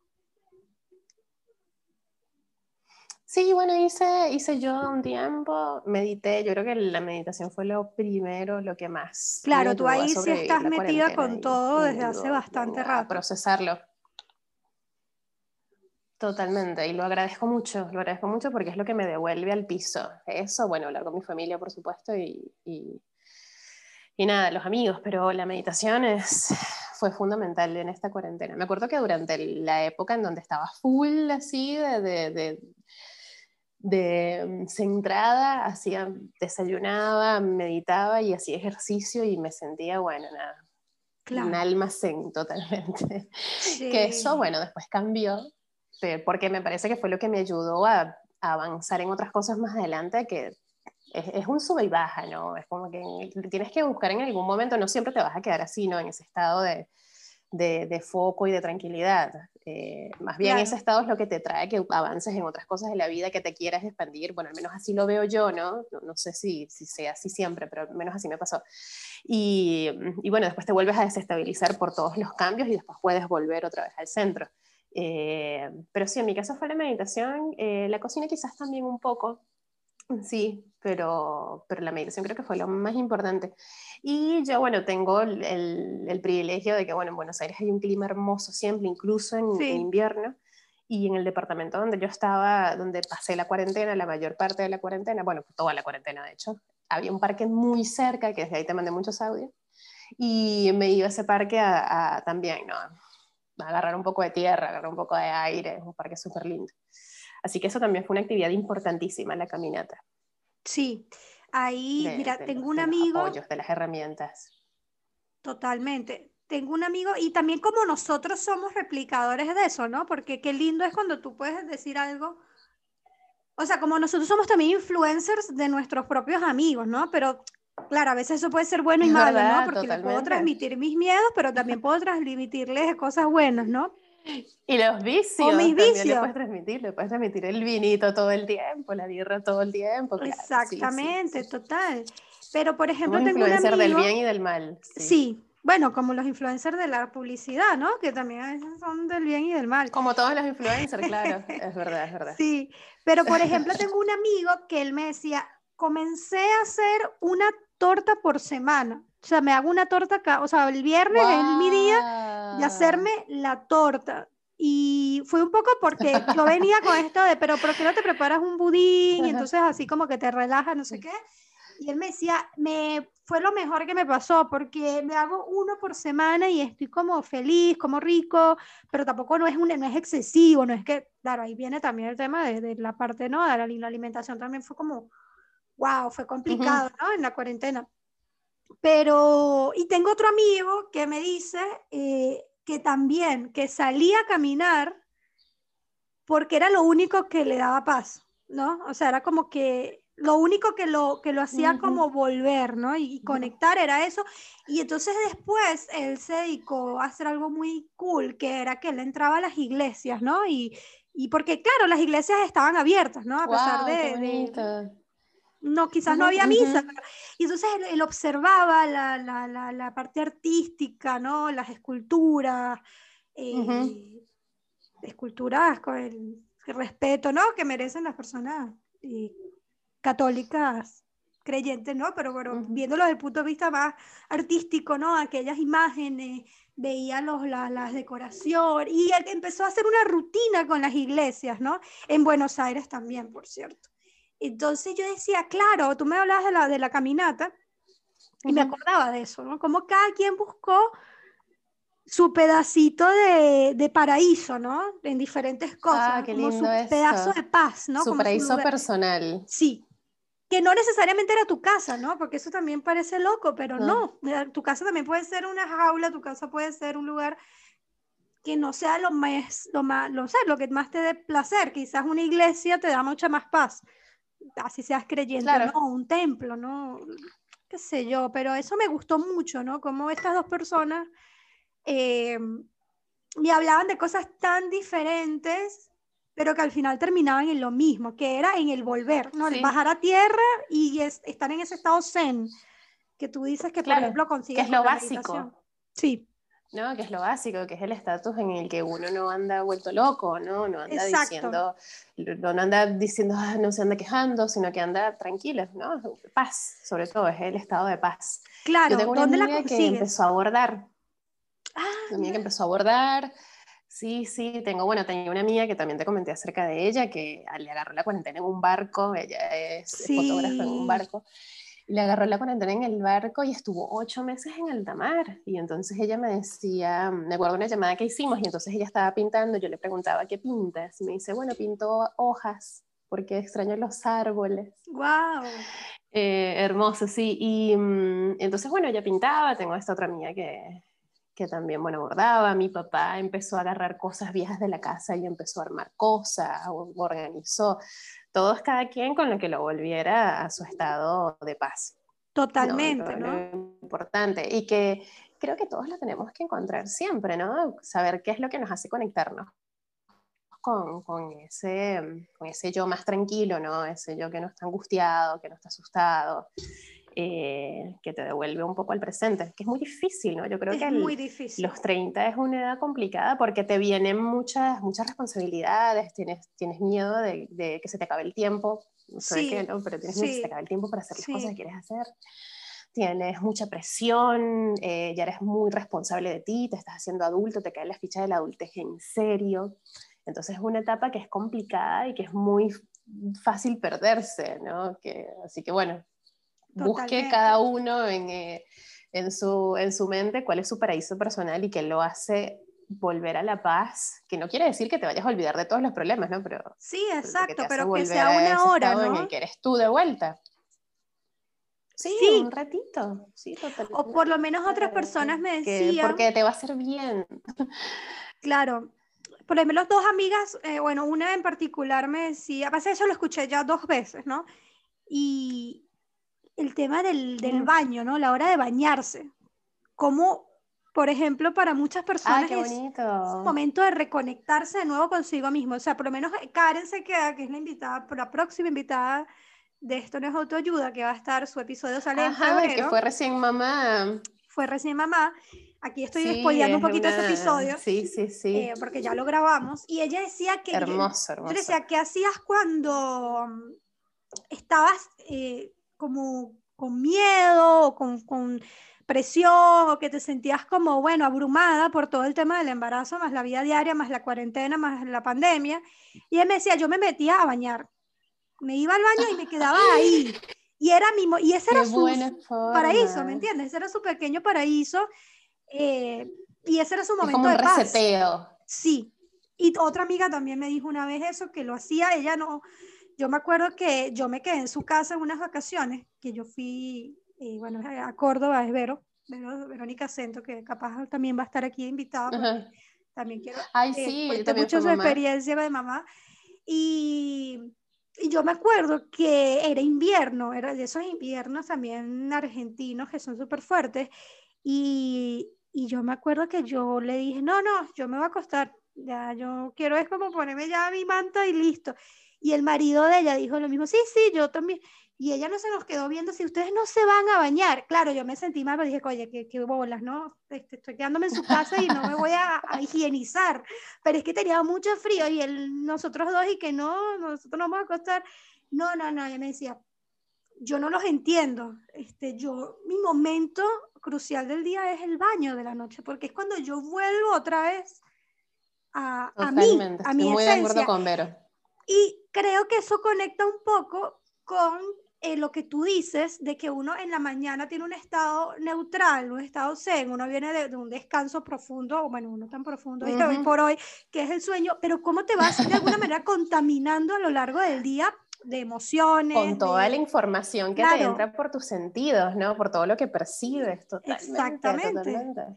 sí, bueno, hice yoga un tiempo, medité, yo creo que la meditación fue lo primero, lo que más me claro, tú ayudó a ahí sí sobrevivir estás la metida cuarentena con todo y me desde hace ayudó bastante a rato. procesarlo. Totalmente, y lo agradezco mucho porque es lo que me devuelve al piso. Eso, bueno, hablar con mi familia, por supuesto, y nada, los amigos, pero la meditación fue fundamental en esta cuarentena. Me acuerdo que durante la época en donde estaba full así de centrada, desayunaba, meditaba y hacía ejercicio y me sentía, bueno, nada, un Claro. alma zen totalmente. Que eso, Sí, bueno, después cambió, porque me parece que fue lo que me ayudó a avanzar en otras cosas más adelante, que es un sube y baja, ¿no? Es como que tienes que buscar en algún momento, no siempre te vas a quedar así, ¿no? En ese estado de foco y de tranquilidad. Más bien ese claro. estado es lo que te trae que avances en otras cosas de la vida, que te quieras expandir. Bueno, al menos así lo veo yo, ¿no? No sé si sea así siempre, pero al menos así me pasó. Y bueno, después te vuelves a desestabilizar por todos los cambios y después puedes volver otra vez al centro. Pero sí, en mi caso fue la meditación, la cocina quizás también un poco, sí, pero la meditación creo que fue lo más importante. Y yo, bueno, tengo el privilegio de que, bueno, en Buenos Aires hay un clima hermoso siempre, incluso en Sí, invierno. Y en el departamento donde yo estaba, donde pasé la cuarentena, la mayor parte de la cuarentena, bueno, toda la cuarentena de hecho, había un parque muy cerca, que desde ahí te mandé muchos audios, y me iba a ese parque también, ¿no? A agarrar un poco de tierra, agarrar un poco de aire, es un parque súper lindo. Así que eso también fue una actividad importantísima, la caminata sí. Ahí, de, mira, de tengo los, un de los amigo, apoyos, de las herramientas. totalmente. Tengo un amigo y también como nosotros somos replicadores de eso, ¿no? Porque qué lindo es cuando tú puedes decir algo. O sea, como nosotros somos también influencers de nuestros propios amigos, ¿no? Pero claro, a veces eso puede ser bueno y Es malo, ¿no? verdad, Porque le puedo totalmente. transmitir mis miedos, pero también puedo transmitirles cosas buenas, ¿no? Y los O mis vicios también vicios. le puedes transmitir el vinito todo el tiempo, la birra todo el tiempo, claro, sí, sí, Exactamente, sí. total. Pero, por Somos ejemplo, tengo un influencers del bien amigo, y del mal, sí. sí, bueno, como los influencers de la publicidad, ¿no? Que también a veces son del bien y del mal. Como todos los influencers, claro, es verdad, es verdad. Sí, pero por ejemplo, tengo un amigo que él me decía, comencé a hacer una torta por semana. O sea, me hago una torta acá, o sea, el viernes es mi día de ¡Guau! hacerme la torta. Y fue un poco porque yo venía con esto de, pero ¿por qué no te preparas un budín? Y entonces así como que te relajas, no sé qué. Y él me decía, fue lo mejor que me pasó porque me hago uno por semana y estoy como feliz, como rico, pero tampoco no es excesivo, no es que, claro, ahí viene también el tema de la parte, ¿no? De la alimentación también fue como, wow, fue Ujú. complicado, ¿no? En la cuarentena. Pero, y tengo otro amigo que me dice que también, que salía a caminar porque era lo único que le daba paz, ¿no? O sea, era como que lo único que lo hacía Ujú. como volver, ¿no? Y conectar era eso. Y entonces después él se dedicó a hacer algo muy cool, que era que él entraba a las iglesias, ¿no? Y porque, claro, las iglesias estaban abiertas, ¿no? A pesar ¡Guau, qué bonito! no, quizás no Ujú, había ujú, misa. Y entonces él observaba la parte artística, ¿no? Las esculturas. ujú, Eh, esculturas con el respeto, ¿no? Que merecen las personas católicas creyentes, ¿no? Pero bueno, ujú. viéndolo desde el punto de vista más artístico, ¿no? Aquellas imágenes, veía las decoraciones y él empezó a hacer una rutina con las iglesias, ¿no? En Buenos Aires también, por cierto. Entonces yo decía, claro, tú me hablabas de la caminata y me Ujú. acordaba de eso, ¿no? Como cada quien buscó su pedacito de paraíso, ¿no? En diferentes Ah, cosas, qué como lindo su pedazo esto. de paz, ¿no? Su Como su paraíso lugar. personal. Sí, que no necesariamente era tu casa, ¿no? Porque eso también parece loco, pero No, no, tu casa también puede ser una jaula, tu casa puede ser un lugar que no sea lo que más te dé placer. Quizás una iglesia te da mucha más paz, así seas creyente o no, claro. un templo, ¿no? Qué sé yo, pero eso me gustó mucho, ¿no? Como estas dos personas eh, me hablaban de cosas tan diferentes, pero que al final terminaban en lo mismo, que era en el volver, ¿no? El Sí, bajar a tierra y estar en ese estado zen, que tú dices que, por claro. ejemplo, Que consigues es con lo la meditación. básico. Sí, ¿No? Que es lo básico, que es el estatus en el que uno no anda vuelto loco, ¿no? exacto. No anda diciendo, "Ah, no se anda quejando, sino que anda tranquilo, ¿no? Paz, sobre todo, es el estado de paz. Yo Claro, tengo ¿dónde la consigues? Ah, una amiga que mira, empezó a bordar, Sí, sí, tenía una amiga que también te comenté acerca de ella, que le agarró la cuarentena en un barco, ella es fotógrafa en un Sí, barco, y le agarró la cuarentena en el barco y estuvo 8 meses en alta mar. Y entonces ella me decía, me acuerdo una llamada que hicimos, y entonces ella estaba pintando, yo le preguntaba, ¿qué pintas? Y me dice, bueno, pinto hojas, porque extraño los árboles. wow, Hermoso, sí. Y entonces, bueno, ella pintaba, tengo esta otra amiga que también, bueno, bordaba. Mi papá empezó a agarrar cosas viejas de la casa y empezó a armar cosas, organizó, todos cada quien con lo que lo volviera a su estado de paz, ¿no? totalmente, ¿no? Lo importante. Y que creo que todos lo tenemos que encontrar siempre, ¿no? Saber qué es lo que nos hace conectarnos con ese yo más tranquilo, ¿no? Ese yo que no está angustiado, que no está asustado, que te devuelve un poco al presente, que es muy difícil, ¿no? Yo creo Es que muy difícil. los 30 es una edad complicada porque te vienen muchas responsabilidades, tienes miedo de que se te acabe el tiempo, se ve que Sí, no, pero tienes miedo que se te sí, acabe el tiempo para hacer las cosas que sí, quieres hacer. Tienes mucha presión, ya eres muy responsable de ti, te estás haciendo adulto, te cae la ficha de la adultez en serio. Entonces es una etapa que es complicada y que es muy fácil perderse, ¿no? Así que bueno, busque cada totalmente. uno en su mente cuál es su paraíso personal y qué lo hace volver a la paz, que no quiere decir que te vayas a olvidar de todos los problemas, ¿no? Sí, Pero que te exacto, hace pero que volver sea a una ese hora, estado en el ¿no? que eres tú de vuelta. Sí, un Sí, ratito, sí, o por lo totalmente. menos otras personas me decían, Porque te va a hacer bien. claro, por lo menos dos amigas, bueno, una en particular me decía, pasa eso lo escuché ya dos veces, ¿no? Y el tema del Ujú. baño, ¿no? La hora de bañarse, como, por ejemplo, para muchas Ah, personas qué es un bonito. momento de reconectarse de nuevo consigo mismo. O sea, por lo menos Karen se queda, que es la invitada, la próxima invitada de Esto no es autoayuda, que va a estar, su episodio sale en Ajá, que febrero, fue recién mamá. fue recién mamá. Aquí estoy Sí, spoileando un es poquito ese una. episodio, Sí, sí, sí. porque ya lo grabamos. Y ella decía que, Hermoso, yo le hermoso. decía, ¿qué hacías cuando estabas como con miedo o con presión o que te sentías como, bueno, abrumada por todo el tema del embarazo, más la vida diaria, más la cuarentena, más la pandemia? Y él me decía, yo me metía a bañar, me iba al baño y me quedaba ahí. Y, y ese era Qué su, buena paraíso, ¿me forma. entiendes? Ese era su pequeño paraíso, eh, y ese era su Es momento como un de paz. reseteo. Sí. Y otra amiga también me dijo una vez eso, que lo hacía, ella no, yo me acuerdo que yo me quedé en su casa en unas vacaciones, que yo fui, bueno, a Córdoba, es Verónica Cento, que capaz también va a estar aquí invitada porque Ajá. también quiero Ay, que sí, yo cuente también fui mucho su mamá. experiencia de mamá. Y, y yo me acuerdo que era invierno, era de esos inviernos también argentinos que son súper fuertes. Y yo me acuerdo que yo le dije, no, no, yo me voy a acostar, ya yo quiero es como ponerme ya mi manta y listo. Y el marido de ella dijo lo mismo, sí, sí, yo también. Y ella no se nos quedó viendo, si ustedes no se van a bañar. Claro, yo me sentí mal, pero dije, oye, qué bolas, ¿no? Estoy quedándome en su casa y no me voy a higienizar. Pero es que tenía mucho frío y nosotros dos y que no, nosotros nos vamos a acostar. No, no, no, ella me decía, yo no los entiendo. Mi momento crucial del día es el baño de la noche, porque es cuando yo vuelvo otra vez Totalmente, a estoy mi muy de acuerdo esencia. con Vero. Y creo que eso conecta un poco con lo que tú dices, de que uno en la mañana tiene un estado neutral, un estado zen, uno viene de un descanso profundo, o bueno, uno tan profundo y hoy Ujú. por hoy, que es el sueño, pero cómo te vas de alguna manera contaminando a lo largo del día de Con emociones, toda la de, información que te claro, entra por tus sentidos, ¿no? Por todo lo que percibes, totalmente, exactamente. totalmente.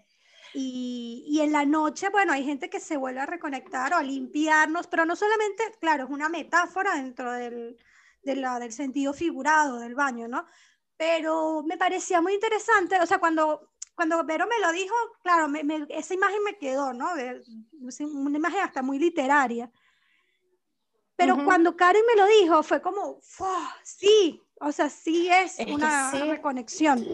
Y en la noche, bueno, hay gente que se vuelve a reconectar o a limpiarnos, pero no solamente, claro, es una metáfora dentro del sentido figurado del baño, ¿no? Pero me parecía muy interesante, o sea, cuando Vero me lo dijo, claro, esa imagen me quedó, ¿no? Una imagen hasta muy literaria. Pero Ujú. cuando Karen me lo dijo, fue como, sí, o sea, sí es Es que una sí, reconexión.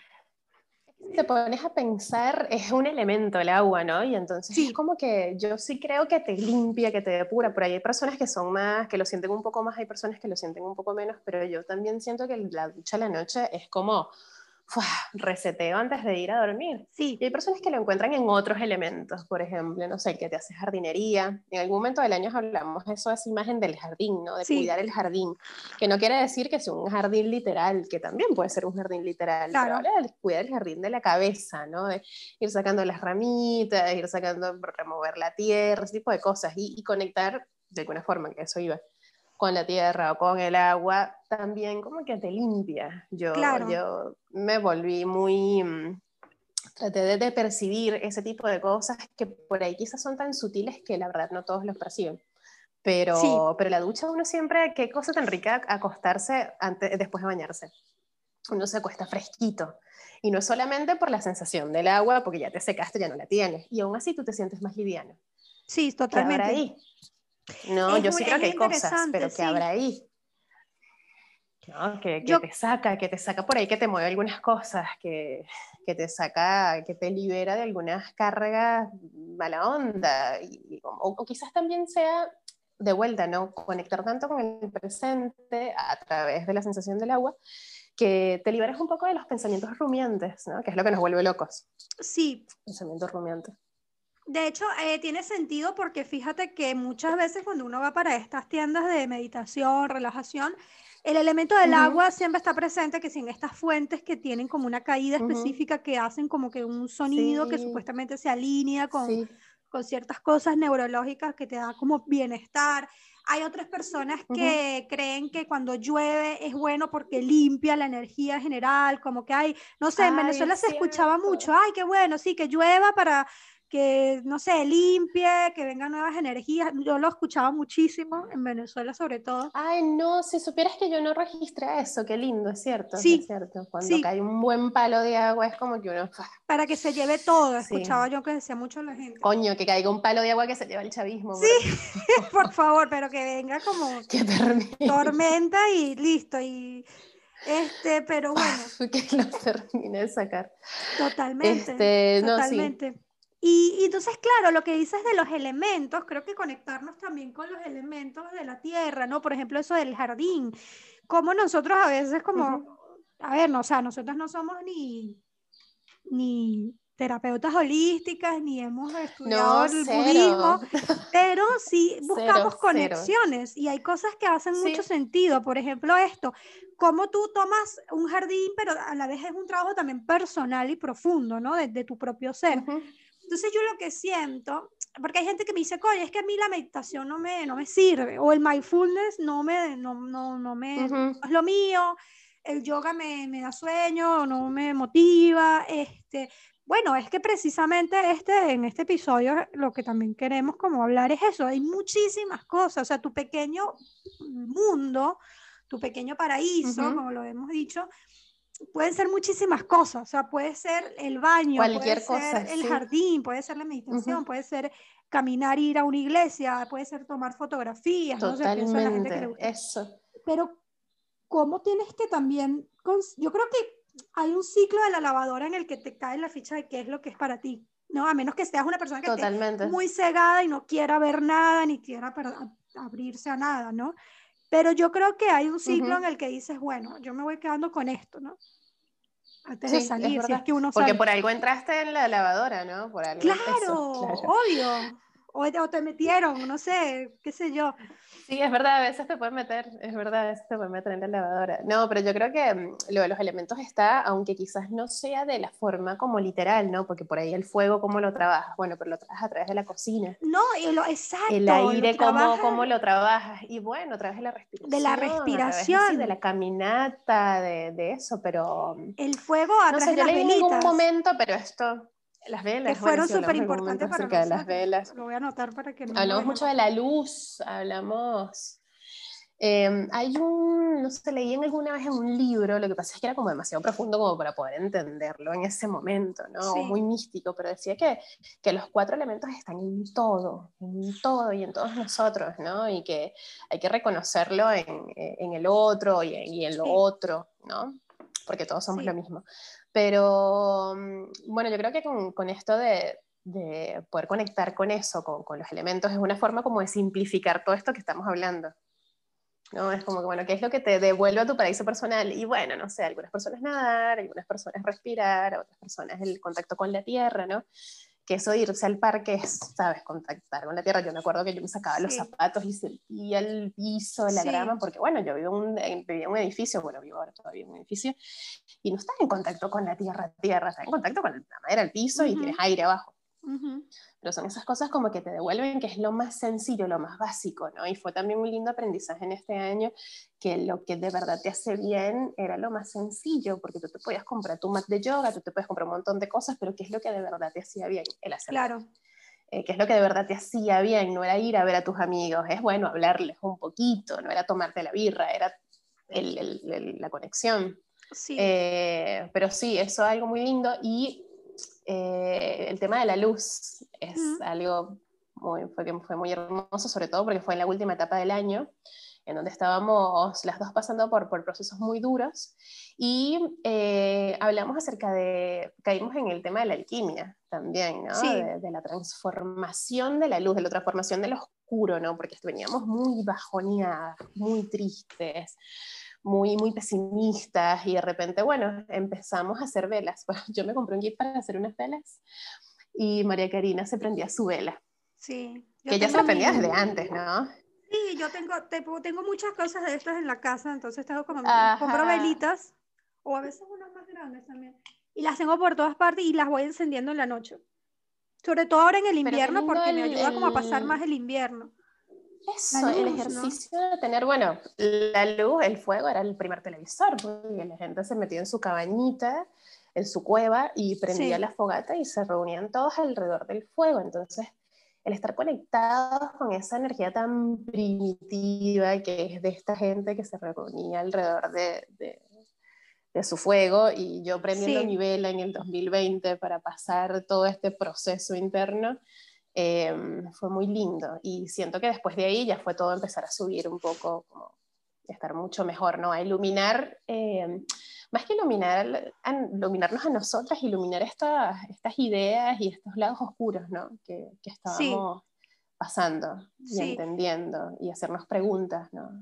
si te pones a pensar, es un elemento el agua, ¿no? Y entonces es Sí, como que yo sí creo que te limpia, que te depura. Por ahí hay personas que son más, que lo sienten un poco más, hay personas que lo sienten un poco menos, pero yo también siento que la ducha a la noche es como ¡fua!, reseteo antes de ir a dormir. Sí. Y hay personas que lo encuentran en otros elementos, por ejemplo, no sé, el que te hace jardinería. En algún momento del año hablamos de eso, esa imagen del jardín, ¿no? De Sí, cuidar el jardín, que no quiere decir que sea un jardín literal, que también puede ser un jardín literal, pero claro, habla de cuidar el jardín de la cabeza, ¿no? De ir sacando las ramitas, ir sacando, remover la tierra, ese tipo de cosas, y conectar de alguna forma, que eso iba, con la tierra o con el agua, también como que te limpia. claro. Yo me volví muy... traté de percibir ese tipo de cosas que por ahí quizás son tan sutiles que la verdad no todos los perciben. Sí, Pero la ducha uno siempre, qué cosa tan rica acostarse antes, después de bañarse. Uno se acuesta fresquito. Y no es solamente por la sensación del agua, porque ya te secaste, ya no la tienes. Y aún así tú te sientes más liviano. sí, ¿Qué habrá totalmente. ahí? No, yo sí creo que Es hay cosas, interesante, pero ¿qué sí. habrá ahí? ¿No? Yo, Que te saca por ahí, que te mueve algunas cosas, que te saca, que te libera de algunas cargas mala onda, o quizás también sea de vuelta, ¿no? Conectar tanto con el presente a través de la sensación del agua, que te liberas un poco de los pensamientos rumiantes, ¿no? Que es lo que nos vuelve locos, sí, pensamientos rumiantes. de hecho, tiene sentido porque fíjate que muchas veces cuando uno va para estas tiendas de meditación, relajación, el elemento del Uh-huh, agua siempre está presente, que sin estas fuentes que tienen como una caída uh-huh. específica que hacen como que un sonido que Sí, supuestamente se alinea sí. con ciertas cosas neurológicas que te da como bienestar. Hay otras personas Uh-huh. que creen que cuando llueve es bueno porque limpia la energía general, como que hay, no sé, en Ay, Venezuela es se escuchaba mucho, cierto. ay, qué bueno, sí, que llueva para que, no sé, limpie, que vengan nuevas energías. Yo lo escuchaba muchísimo en Venezuela sobre todo. Ay, no, si supieras que yo no registré eso, qué lindo, es cierto, es Sí, cierto. Cuando sí, cae un buen palo de agua es como que uno, para que se lleve todo, escuchaba sí, yo que decía mucho la gente. coño, que caiga un palo de agua que se lleva el chavismo, Sí, por por favor, favor, pero que venga como que termine, tormenta y listo. Pero bueno, que lo termine de sacar. totalmente, No, sí, totalmente. Y entonces, claro, lo que dices de los elementos, creo que conectarnos también con los elementos de la tierra, ¿no? Por ejemplo, eso del jardín, como nosotros a veces como, ujú. a ver, no, o sea, nosotros no somos ni terapeutas holísticas, ni hemos estudiado No, el budismo, cero, pero sí cero, buscamos cero. conexiones y hay cosas que hacen mucho Sí, sentido. Por ejemplo, esto, cómo tú tomas un jardín, pero a la vez es un trabajo también personal y profundo, ¿no? De tu propio ser. ujú, Entonces yo lo que siento, porque hay gente que me dice, oye, es que a mí la meditación no me sirve, o el mindfulness no ujú. es lo mío, el yoga me da sueño, no me motiva, bueno, es que precisamente en este episodio lo que también queremos como hablar es eso, hay muchísimas cosas, o sea, tu pequeño mundo, tu pequeño paraíso, Ujú. como lo hemos dicho, pueden ser muchísimas cosas, o sea, puede ser el baño, puede Cualquier ser cosa, el sí. jardín, puede ser la Ujú. meditación, puede ser caminar, ir a una iglesia, puede ser tomar fotografías, no sé, pienso en la gente que le Totalmente, gusta. eso. Pero, ¿cómo tienes que también, yo creo que hay un ciclo de la lavadora en el que te cae la ficha de qué es lo que es para ti, ¿no? A menos que seas una persona que esté Totalmente. muy cegada y no quiera ver nada, ni quiera abrirse a nada, ¿no? Pero yo creo que hay un ciclo en Ujú. el que dices, bueno, yo me voy quedando con esto, ¿no? Antes de Sí, es salir, si es verdad. que uno Porque sale. por algo entraste en la lavadora, ¿no? Por algo Claro, eso, claro. obvio. O te metieron, no sé, qué sé yo. Sí, es verdad, a veces te pueden meter, es verdad, a veces te pueden meter en la lavadora. No, pero yo creo que lo de los elementos está, aunque quizás no sea de la forma como literal, ¿no? Porque por ahí el fuego, ¿cómo lo trabajas? Bueno, pero lo trabajas a través de la cocina. No, El exacto, lo aire, trabajas cómo lo trabajas. Y bueno, a través de la de la respiración, a través de, sí, de respiración, la caminata, de eso, pero el fuego a no través sé, de yo las leí en algún velitas, momento, pero esto, las que velas, bueno, fueron sí, súper hablamos en algún momento importantes para acerca de las nosotros. velas. Lo voy a anotar para que no lo Hablamos mucho dejemos. de la luz, hablamos... hay no sé, leí en alguna vez en un libro, lo que pasa es que era como demasiado profundo como para poder entenderlo en ese momento, ¿no? Sí, Muy místico, pero decía que los cuatro elementos están en todo y en todos nosotros, ¿no? Y que hay que reconocerlo en el otro y en lo sí, otro, ¿no? Porque todos somos lo sí. mismo. Pero bueno, yo creo que con esto de poder conectar con eso, con los elementos, es una forma como de simplificar todo esto que estamos hablando. ¿no? Es como que, bueno, ¿qué es lo que te devuelve a tu paraíso personal? Y bueno, no sé, algunas personas nadar, algunas personas respirar, otras personas el contacto con la tierra, ¿no? Que eso de irse al parque es, ¿sabes? Contactar con la tierra. Yo me acuerdo que yo me sacaba los Sí, zapatos y sentía el piso, la grama, sí, porque bueno, yo vivía en un edificio, bueno, vivo ahora todavía en un edificio, y no estás en contacto con la tierra, estás en contacto con la madera, el piso y tienes ujú, aire abajo. ujú, Pero son esas cosas como que te devuelven, que es lo más sencillo, lo más básico, ¿no? Y fue también un lindo aprendizaje en este año, que lo que de verdad te hace bien era lo más sencillo, porque tú te podías comprar tu mat de yoga, tú te puedes comprar un montón de cosas, pero ¿qué es lo que de verdad te hacía bien? El hacer yoga. claro, ¿Qué es lo que de verdad te hacía bien? No era ir a ver a tus amigos, es bueno hablarles un poquito, no era tomarte la birra, era la conexión. sí, Pero sí, eso es algo muy lindo. Y el tema de la luz es ujú, algo fue muy hermoso, sobre todo porque fue en la última etapa del año, en donde estábamos las dos pasando por procesos muy duros, y hablamos acerca caímos en el tema de la alquimia también, ¿no? sí, De la transformación de la luz, de la transformación del oscuro, ¿no? Porque veníamos muy bajoneadas, muy tristes, muy pesimistas, y de repente, bueno, empezamos a hacer velas. Bueno, yo me compré un kit para hacer unas velas y María Karina se prendía su vela, sí. que Yo ella se tengo la prendía desde mi, antes, ¿no? sí, yo tengo muchas cosas de estas en la casa, entonces tengo como, compro Ajá. velitas, o a veces unas más grandes también, y las tengo por todas partes y las voy encendiendo en la noche. Sobre todo ahora en el Pero qué invierno lindo porque me ayuda como a pasar más el invierno. La eso, el luz, ¿no? ejercicio de tener, bueno, la luz, el fuego era el primer televisor, porque la gente se metía en su cabañita, en su cueva, y prendía Sí, la fogata y se reunían todos alrededor del fuego. Entonces, el estar conectados con esa energía tan primitiva que es de esta gente que se reunía alrededor de su fuego, y yo prendiendo mi sí. vela en el 2020 para pasar todo este proceso interno, fue muy lindo, y siento que después de ahí ya fue todo empezar a subir un poco, como estar mucho mejor, ¿no? A iluminar, más que iluminar, iluminarnos a nosotras, iluminar estas ideas y estos lados oscuros, ¿no? Que Sí, estábamos pasando y sí, entendiendo, y hacernos preguntas, ¿no?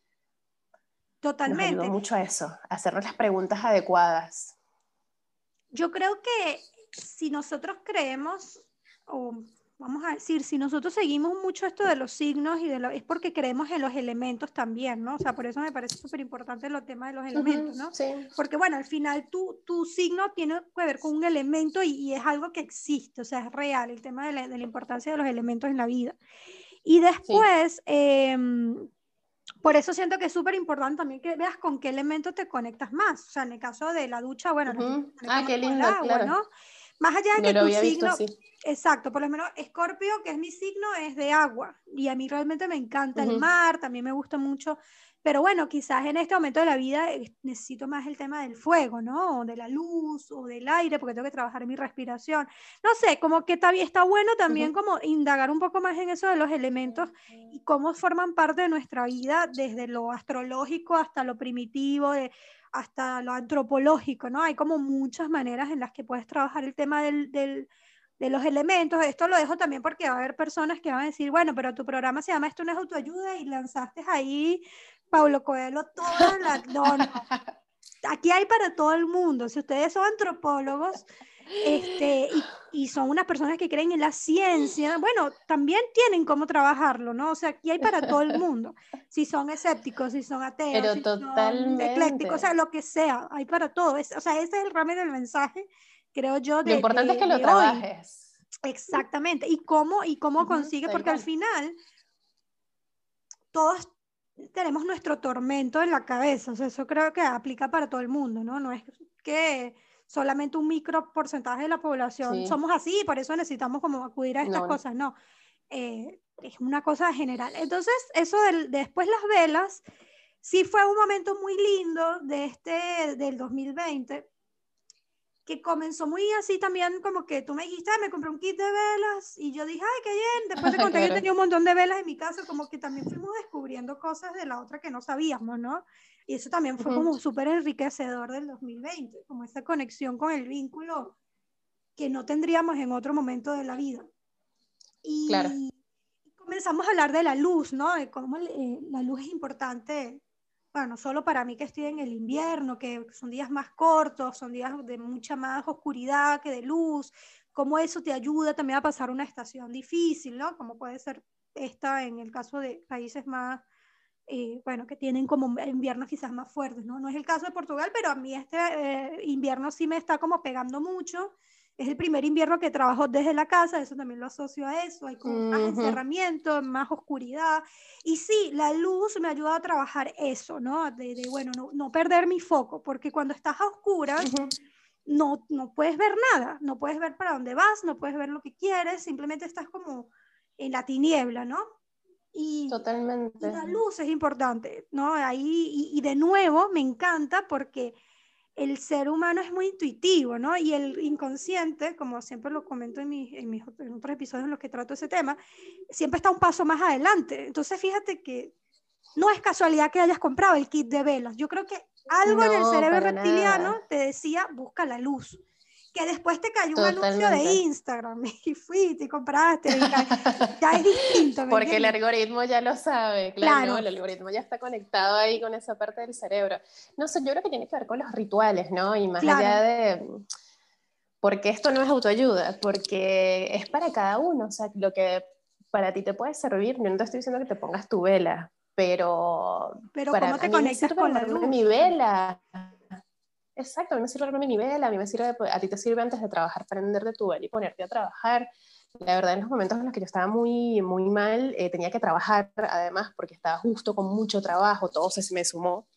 Nos ayudó totalmente. mucho a eso, a hacernos las preguntas adecuadas. Yo creo que si nosotros creemos, o vamos a decir, si nosotros seguimos mucho esto de los signos es porque creemos en los elementos también, ¿no? O sea, por eso me parece súper importante los temas de los Ujú, elementos, ¿no? sí, Porque bueno, al final tu signo tiene que ver con un elemento y es algo que existe, o sea, es real el tema de la importancia de los elementos en la vida. Y sí. después, por eso siento que es súper importante también que veas con qué elemento te conectas más. O sea, en el caso de la ducha, bueno, la gente Ujú. se conecta Ah, más qué con el lindo, agua, claro. ¿no? Más allá de No que lo tu había visto signo, así. exacto, por lo menos Escorpio, que es mi signo, es de agua. Y a mí realmente me encanta el Ujú. mar, también me gusta mucho. Pero bueno, quizás en este momento de la vida necesito más el tema del fuego, ¿no? O de la luz o del aire, porque tengo que trabajar en mi respiración. No sé, como que está bueno también Ujú. como indagar un poco más en eso de los elementos y cómo forman parte de nuestra vida, desde lo astrológico hasta lo primitivo, hasta lo antropológico, ¿no? Hay como muchas maneras en las que puedes trabajar el tema de los elementos. Esto lo dejo también porque va a haber personas que van a decir, bueno, pero tu programa se llama Esto no es autoayuda y lanzaste ahí Paulo Coelho toda la... No, no, aquí hay para todo el mundo. Si ustedes son antropólogos, y son unas personas que creen en la ciencia, bueno, también tienen cómo trabajarlo, ¿no? O sea, aquí hay para todo el mundo. Si son escépticos, si son ateos, Pero si son eclécticos, o sea, totalmente. lo que sea, hay para todo. O sea, ese es el ramen del mensaje, creo yo, Lo importante es que lo de hoy. trabajes. Exactamente. Y cómo Ujú, consigues, tal porque al cual. final todos tenemos nuestro tormento en la cabeza, o sea, eso creo que aplica para todo el mundo, ¿no? No es que solamente un micro porcentaje de la población Sí, somos así, por eso necesitamos como acudir a estas no. cosas, no. Es una cosa general. Entonces, eso después las velas, sí fue un momento muy lindo del 2020, que comenzó muy así también, como que tú me dijiste, me compré un kit de velas, y yo dije, ay, qué bien, después te conté que yo Claro. tenía un montón de velas en mi casa, como que también fuimos descubriendo cosas de la otra que no sabíamos, ¿no? Y eso también fue Ujú, como súper enriquecedor del 2020, como esa conexión con el vínculo que no tendríamos en otro momento de la vida. claro. Y comenzamos a hablar de la luz, ¿no? De cómo la luz es importante, bueno, no solo para mí que estoy en el invierno, que son días más cortos, son días de mucha más oscuridad que de luz, cómo eso te ayuda también a pasar una estación difícil, ¿no? Como puede ser esta en el caso de países más, bueno, que tienen como inviernos quizás más fuertes, ¿no? No es el caso de Portugal, pero a mí este invierno sí me está como pegando mucho. Es el primer invierno que trabajo desde la casa, eso también lo asocio a eso, hay como más encerramiento, más oscuridad. Y sí, la luz me ayuda a trabajar eso, ¿no? Bueno, no perder mi foco, porque cuando estás a oscuras, no puedes ver nada, no puedes ver para dónde vas, no puedes ver lo que quieres, simplemente estás como en la tiniebla, ¿no? Y Totalmente. la luz es importante, ¿no? Ahí, y de nuevo me encanta porque el ser humano es muy intuitivo, ¿no? Y el inconsciente, como siempre lo comento en otros episodios en los que trato ese tema, siempre está un paso más adelante. Entonces, fíjate que no es casualidad que hayas comprado el kit de velas. Yo creo que algo en el No, cerebro para reptiliano nada. te decía, busca la luz. Que después te cayó un anuncio de Totalmente. Instagram y fuiste y compraste. Ya es distinto, ¿me Porque el entiendes? algoritmo ya lo sabe, claro, ¿no? Claro, El algoritmo ya está conectado ahí con esa parte del cerebro. No sé, yo creo que tiene que ver con los rituales, ¿no? Y más allá claro, de, porque esto no es autoayuda, porque es para cada uno, o sea, lo que para ti te puede servir, yo no te estoy diciendo que te pongas tu vela, pero pero para ¿cómo a te mí me conectas sirve con la armarme mi luz? Claro. vela. Exacto, a mí me sirve armarme mi vela, a mí me sirve, a ti te sirve antes de trabajar prender de tu vela y ponerte a trabajar. La verdad, en los momentos en los que yo estaba muy, muy mal, tenía que trabajar además porque estaba justo con mucho trabajo, todo se me sumó.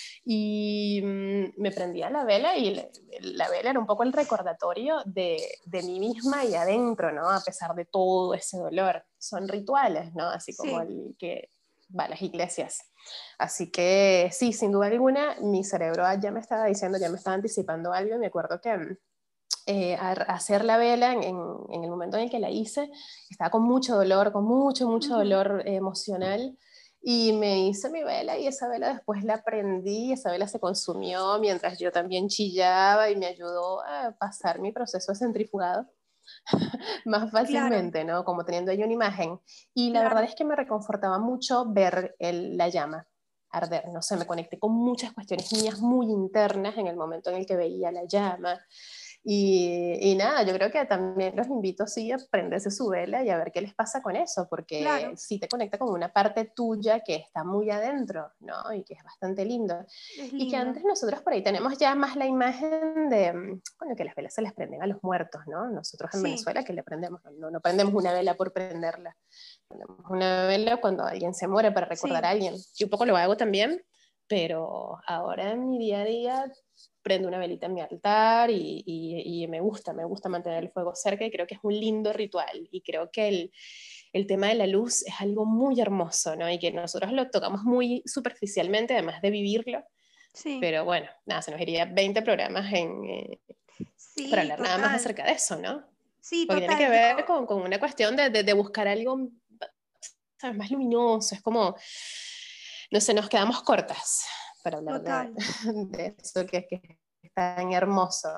Y me prendía la vela y la vela era un poco el recordatorio de mí misma y adentro, ¿no? A pesar de todo ese dolor. Son rituales, ¿no? Así como Sí, el que va a las iglesias. Así que sí, sin duda alguna, mi cerebro ya me estaba diciendo, ya me estaba anticipando algo. Y me acuerdo que hacer la vela en el momento en el que la hice, estaba con mucho dolor, con mucho, mucho ujú, dolor emocional. Y me hice mi vela y esa vela después la prendí, esa vela se consumió mientras yo también chillaba y me ayudó a pasar mi proceso de centrifugado más claro, fácilmente, ¿no? Como teniendo ahí una imagen. Y la verdad claro. es que me reconfortaba mucho ver la llama arder, no sé, me conecté con muchas cuestiones mías muy internas en el momento en el que veía la llama. Y nada, yo creo que también los invito sí a prenderse su vela y a ver qué les pasa con eso, porque Claro, sí te conecta con una parte tuya que está muy adentro, ¿no? Y que es bastante lindo. es Y que lindo. antes nosotros por ahí tenemos ya más la imagen de, bueno, que las velas se les prenden a los muertos, ¿no? Nosotros en Sí, Venezuela que le prendemos, no prendemos una vela por prenderla, prendemos una vela cuando alguien se muere para recordar a sí, alguien. Yo un poco lo hago también, pero ahora en mi día a día prendo una velita en mi altar y me gusta mantener el fuego cerca y creo que es un lindo ritual y creo que el tema de la luz es algo muy hermoso, ¿no? Y que nosotros lo tocamos muy superficialmente, además de vivirlo, sí, pero bueno, nada, se nos iría 20 programas para sí, hablar nada más total. acerca de eso, ¿no? Sí, Porque tiene total. que Yo, ver con una cuestión de buscar algo, ¿sabes? Más luminoso, es como, no sé, nos quedamos cortas para hablar total. de eso que es tan hermoso.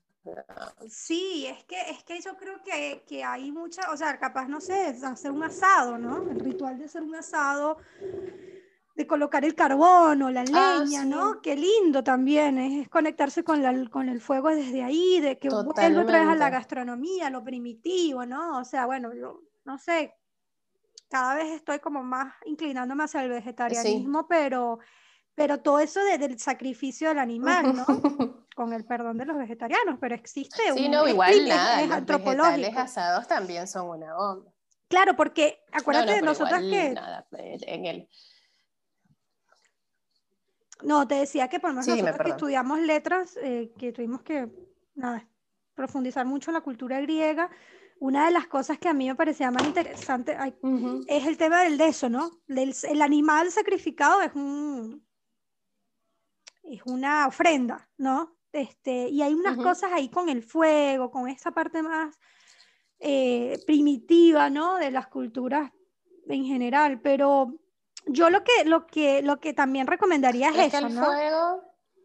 Sí, es que yo creo que hay mucha, o sea, capaz, no sé, hacer un asado, ¿no? El ritual de hacer un asado, de colocar el carbón o la Ah, leña, ¿no? sí, Qué lindo también es conectarse con el fuego desde ahí, de que vuelve otra vez a la totalmente. gastronomía, lo primitivo, ¿no? O sea, bueno, yo no sé, cada vez estoy como más inclinándome hacia el Sí. vegetarianismo, pero todo eso del sacrificio del animal, ¿no? Con el perdón de los vegetarianos, pero existe Sí, un, no, igual nada, es los vegetales antropológico. asados también son una bomba. Claro, porque No, acuérdate no, de pero nosotras igual que, nada, en el... no, te decía que por lo menos Sí, dime, nosotras que perdón. estudiamos letras, que tuvimos que, nada, profundizar mucho en la cultura griega, una de las cosas que a mí me parecía más interesante Ujú, es el tema del eso, ¿no? El animal sacrificado es una ofrenda, ¿no? Y hay unas ujú. cosas ahí con el fuego, con esa parte más primitiva, ¿no? De las culturas en general, pero yo lo que también recomendaría Pero es es que eso, el ¿no? fuego,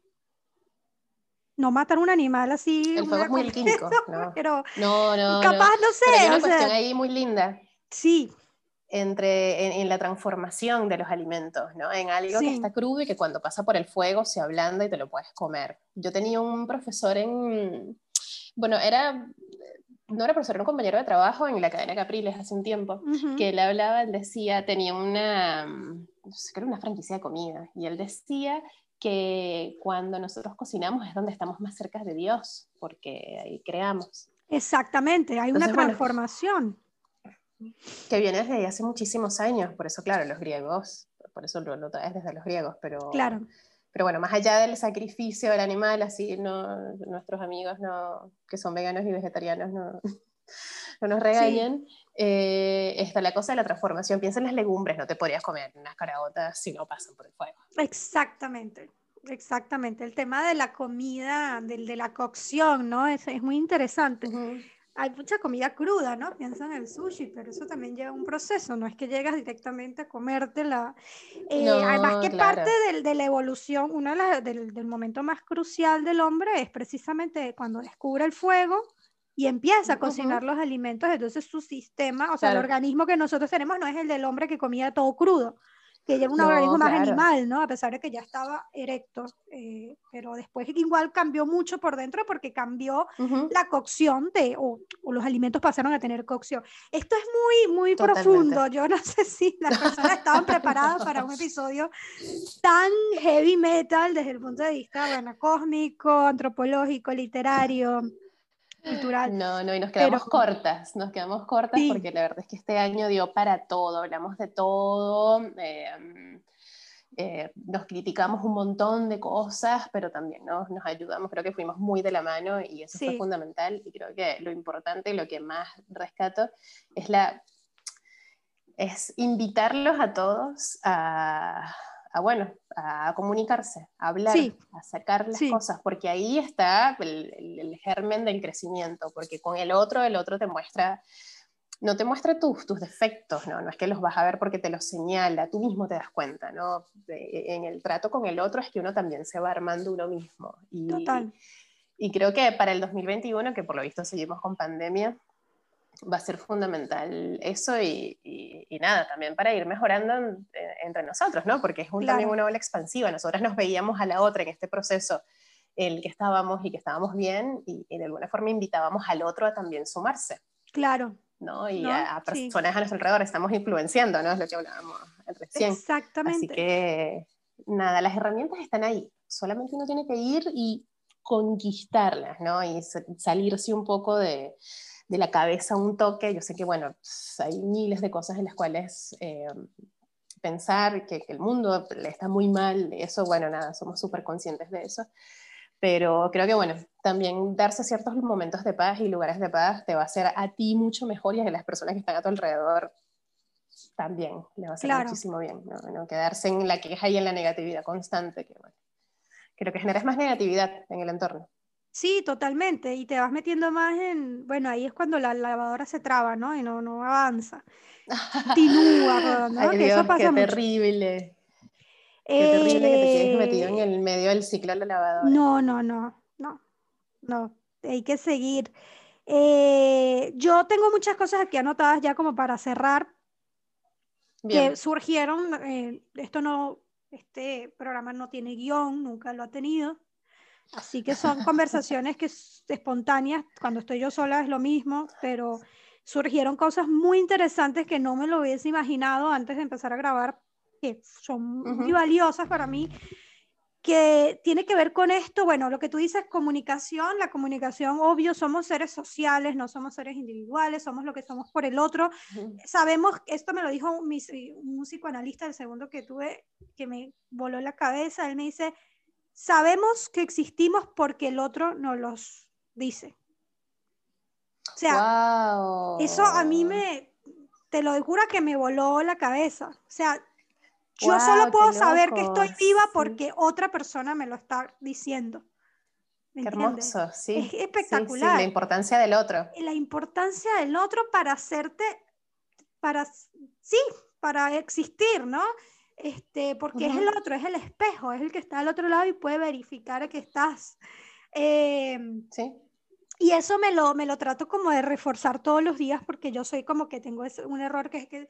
No matar un animal así el fuego una es muy completo, alquímico, ¿no? pero No, no, no. capaz, no Pero hay sé, una o cuestión sea, ahí muy linda. sí, en la transformación de los alimentos, ¿no? En algo que Sí. está crudo y que cuando pasa por el fuego se ablanda y te lo puedes comer. Yo tenía un profesor bueno, no era profesor, era un compañero de trabajo en la cadena Capriles hace un tiempo, que él hablaba, él decía, tenía no sé, creo una franquicia de comida, y él decía que cuando nosotros cocinamos es donde estamos más cerca de Dios, porque ahí creamos. Exactamente, hay una Entonces, bueno, transformación. que viene desde hace muchísimos años, por eso, claro, los griegos, por eso lo traes desde los griegos, Claro. pero bueno, más allá del sacrificio del animal, así no, nuestros amigos no, que son veganos y vegetarianos no, no nos Sí. regañen, está la cosa de la transformación. Piensa en las legumbres, no te podrías comer unas caraotas si no pasan por el fuego. Exactamente, exactamente. El tema de la comida, de la cocción, ¿no? Es muy interesante. Hay mucha comida cruda, ¿no? Piensa en el sushi, pero eso también lleva un proceso, no es que llegas directamente a comértela. Además No, que parte claro. de la evolución, del momento más crucial del hombre es precisamente cuando descubre el fuego y empieza a cocinar los alimentos, entonces su sistema, o sea, el Claro. organismo que nosotros tenemos no es el del hombre que comía todo crudo, que era un organismo No, más claro. animal, ¿no? A pesar de que ya estaba erecto, pero después igual cambió mucho por dentro porque cambió la cocción o los alimentos pasaron a tener cocción. Esto es muy, muy Totalmente. profundo. Yo no sé si las personas estaban preparadas para un episodio tan heavy metal desde el punto de vista, bueno, cósmico, antropológico, literario, cultural. No, no, y Pero nos quedamos cortas sí, porque la verdad es que este año dio para todo, hablamos de todo, nos criticamos un montón de cosas, pero también nos ayudamos, creo que fuimos muy de la mano y eso fue sí, fundamental y creo que lo importante y lo que más rescato es es invitarlos a todos bueno, a comunicarse, a hablar, sí, a sacar las sí, cosas, porque ahí está el germen del crecimiento, porque con el otro te muestra, no te muestra tus defectos, ¿no? No es que los vas a ver porque te los señala, tú mismo te das cuenta, ¿no? En el trato con el otro es que uno también se va armando uno mismo. total. Y creo que para el 2021, que por lo visto seguimos con pandemia, va a ser fundamental eso y nada, también para ir mejorando entre nosotros, ¿no? Porque es también Claro, una ola expansiva. Nosotras nos veíamos a la otra en este proceso en el que estábamos y que estábamos bien y de alguna forma invitábamos al otro a también sumarse, claro, ¿no? Y ¿no? a Sí, personas a nuestro alrededor estamos influenciando, ¿no? Es lo que hablábamos recién. Así exactamente. que nada, las herramientas están ahí. Solamente uno tiene que ir y conquistarlas, ¿no? Y salirse un poco de la cabeza un toque. Yo sé que, bueno, hay miles de cosas en las cuales pensar que el mundo le está muy mal, eso, bueno, nada, somos súper conscientes de eso. Pero creo que, bueno, también darse ciertos momentos de paz y lugares de paz te va a hacer a ti mucho mejor y a las personas que están a tu alrededor también le va a hacer Claro. muchísimo bien, ¿no? No quedarse en la queja y en la negatividad constante, que bueno, que lo que genera es más negatividad en el entorno. Sí, totalmente. Y te vas metiendo más bueno, ahí es cuando la lavadora se traba, ¿no? Y no avanza. Continúa rodando, ¿no? Ay Que eso Dios, pasa mucho. qué terrible que te quedes metido en Eh, el medio del ciclo de la lavadora. no, no, no, no, no. Hay que seguir. Yo tengo muchas cosas aquí anotadas ya como para cerrar, que Bien, surgieron. Este programa no tiene guión, nunca lo ha tenido. Así que son conversaciones espontáneas, cuando estoy yo sola es lo mismo, pero surgieron cosas muy interesantes que no me lo hubiese imaginado antes de empezar a grabar, que son muy valiosas para mí, que tiene que ver con esto, bueno, lo que tú dices, comunicación, la comunicación, obvio, somos seres sociales, no somos seres individuales, somos lo que somos por el otro. Sabemos, esto me lo dijo un psicoanalista, el segundo que tuve, que me voló la cabeza, él me dice, sabemos que existimos porque el otro nos los dice. O sea, eso a mí wow, te lo juro que me voló la cabeza. O sea, yo solo wow, qué puedo saber que loco, estoy viva sí, porque otra persona me lo está diciendo. ¿Me qué entiendes? hermoso, Es sí, sí, sí, la espectacular. importancia del otro. La importancia del otro para hacerte, para, sí, para existir, ¿no? Porque es el otro, es el espejo, es el que está al otro lado y puede verificar que estás. Eh, Sí, Y eso me lo trato como de reforzar todos los días porque yo soy como que tengo un error que es que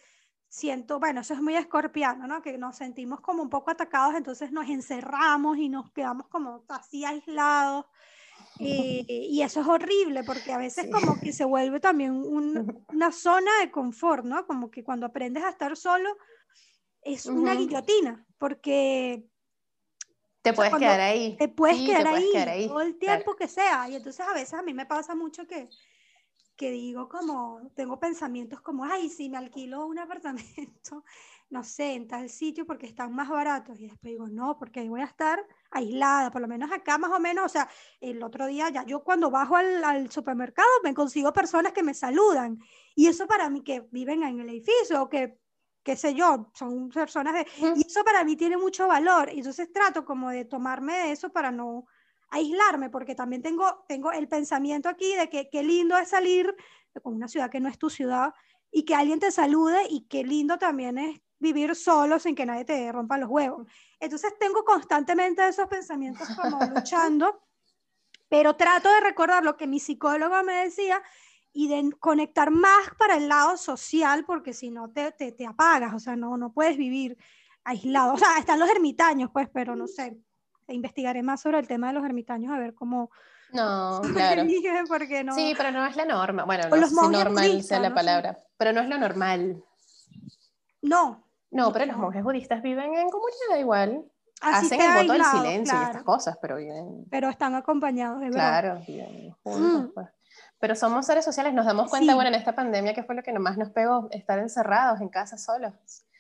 siento, bueno, eso es muy escorpiano, ¿no? Que nos sentimos como un poco atacados, entonces nos encerramos y nos quedamos como así aislados. Y eso es horrible porque a veces Sí. como que se vuelve también una zona de confort, ¿no? Como que cuando aprendes a estar solo es una guillotina, porque Te o sea, puedes quedar cuando ahí. te puedes Sí, quedar te puedes quedar ahí todo ahí. el Claro. tiempo que sea. Y entonces a veces a mí me pasa mucho que digo como, tengo pensamientos como, ay, si me alquilo un apartamento, no sé, en tal sitio porque están más baratos. Y después digo, no, porque ahí voy a estar aislada, por lo menos acá más o menos, o sea, el otro día ya yo cuando bajo al supermercado me consigo personas que me saludan. Y eso para mí que viven en el edificio o que qué sé yo, son personas de... Y eso para mí tiene mucho valor. Y entonces trato como de tomarme de eso para no aislarme, porque también tengo el pensamiento aquí de que qué lindo es salir con una ciudad que no es tu ciudad y que alguien te salude y qué lindo también es vivir solo sin que nadie te rompa los huevos. Entonces tengo constantemente esos pensamientos como luchando, pero trato de recordar lo que mi psicólogo me decía y de conectar más para el lado social, porque si no te apagas, o sea, no puedes vivir aislado. O sea, están los ermitaños, pues, pero no sé, investigaré más sobre el tema de los ermitaños, a ver cómo No, claro. sobreviven, porque no... Sí, pero no es la norma. Bueno, O no los sé si monjes normal sea budistas, la no sé. palabra, pero no es lo normal. No, No, no, pero los no. monjes budistas viven en comunidad igual. Así Hacen estén el voto del aislados, silencio y estas claro, cosas, pero viven, pero están acompañados, de verdad. claro, viven juntos, Mm, pues. Pero somos seres sociales, nos damos cuenta, bueno, sí, en esta pandemia que fue lo que más nos pegó, estar encerrados en casa solos.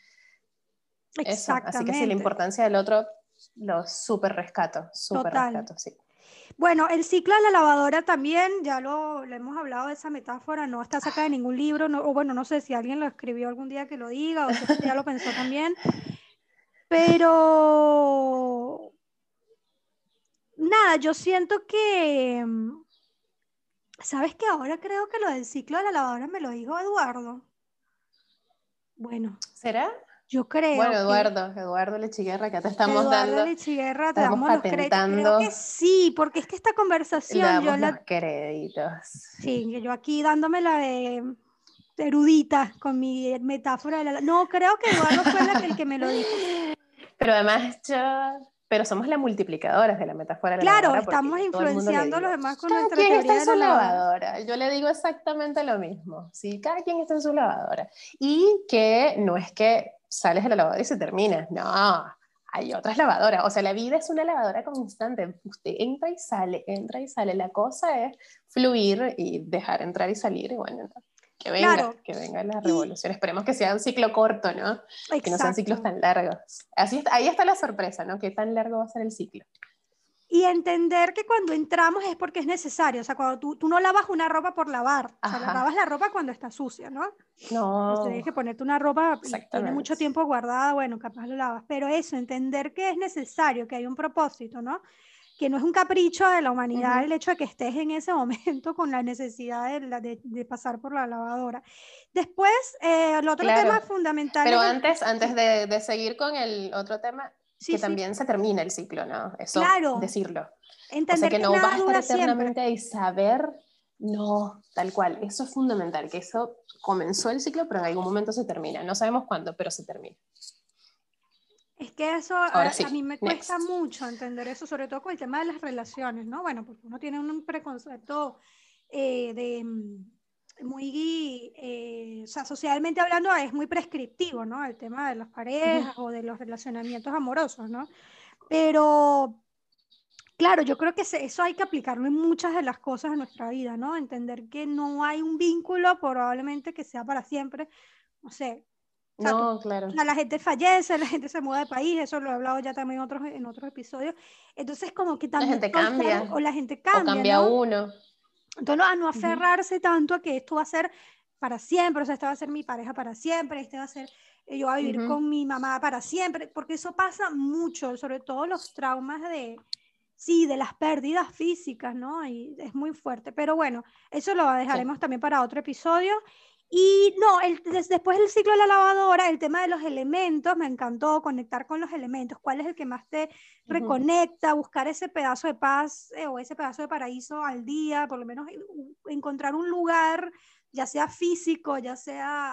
Eso, así que sí, la exactamente, importancia del otro lo súper total. rescato, sí. Bueno, el ciclo de la lavadora también, ya lo hemos hablado de esa metáfora, no está sacada de ningún libro, no, o bueno, no sé si alguien lo escribió algún día que lo diga o si este ya lo pensó también, pero nada, yo siento que, ¿sabes qué? Ahora creo que lo del ciclo de la lavadora me lo dijo Eduardo. Bueno, ¿Será? yo Bueno, creo que Eduardo Lechiguerra, acá te estamos Eduardo dando, Lechiguerra, te estamos damos los créditos. Creo patentando, que sí, porque es que esta le conversación yo damos los la... créditos. Sí, que yo aquí dándome la de erudita con mi metáfora de la... No, creo que Eduardo fue el que me lo dijo. Pero además pero somos las multiplicadoras de la metáfora de la Claro, lavadora porque estamos yo a todo el mundo le influenciando a los digo, demás con cada nuestra quien está teoría en de su la lavadora. lavadora. Yo le digo exactamente lo mismo, ¿sí? Cada quien está en su lavadora. Y que no es que sales de la lavadora y se termina, no, hay otras lavadoras. O sea, la vida es una lavadora constante. Usted entra y sale, entra y sale. La cosa es fluir y dejar entrar y salir. Y bueno, Claro, que venga la y revolución. Esperemos que sea un ciclo corto, ¿no? Que no sean ciclos exacto. tan largos. Ahí está la sorpresa, ¿no? ¿Qué tan largo va a ser el ciclo? Y entender que cuando entramos es porque es necesario. O sea, cuando tú no lavas una ropa por lavar. O sea, lavas Ajá. la ropa cuando está sucia, ¿no? Si tienes No, que ponerte una ropa y tiene mucho exactamente. tiempo guardada, bueno, capaz lo lavas. Pero eso, entender que es necesario, que hay un propósito, ¿no? Que no es un capricho de la humanidad el Ujú. hecho de que estés en ese momento con la necesidad de pasar por la lavadora. Después, el otro tema Claro. fundamental Pero es antes sí, de seguir con el otro tema, sí, que sí, también se termina el ciclo, ¿no? Eso, claro, decirlo. O sea entender que que no vas nada a estar dura siempre. eternamente y saber, no, tal cual. Eso es fundamental, que eso comenzó el ciclo, pero en algún momento se termina. No sabemos cuándo, pero se termina. Es que eso Ahora a mí sí, me cuesta next. mucho entender eso, sobre todo con el tema de las relaciones, ¿no? Bueno, porque uno tiene un preconcepto de muy, o sea, socialmente hablando es muy prescriptivo, ¿no? El tema de las Ujú. parejas o de los relacionamientos amorosos, ¿no? Pero, claro, yo creo que eso hay que aplicarlo en muchas de las cosas de nuestra vida, ¿no? Entender que no hay un vínculo probablemente que sea para siempre, no sé, o sea, No, claro. la gente fallece, la gente se muda de país, eso lo he hablado ya también en otros episodios. Entonces, como que La también gente soltar, o cambia, la gente o cambia, cambia ¿no? uno. Entonces, a no Ujú. aferrarse tanto a que esto va a ser para siempre, o sea, esta va a ser mi pareja para siempre, este va a ser, yo voy a vivir Ujú. con mi mamá para siempre, porque eso pasa mucho, sobre todo los traumas sí, de las pérdidas físicas, ¿no? Y es muy fuerte. Pero bueno, eso lo Sí. dejaremos también para otro episodio. Y no, después del ciclo de la lavadora, el tema de los elementos, me encantó conectar con los elementos. ¿Cuál es el que más te Ujú. reconecta? Buscar ese pedazo de paz o ese pedazo de paraíso al día, por lo menos encontrar un lugar, ya sea físico, ya sea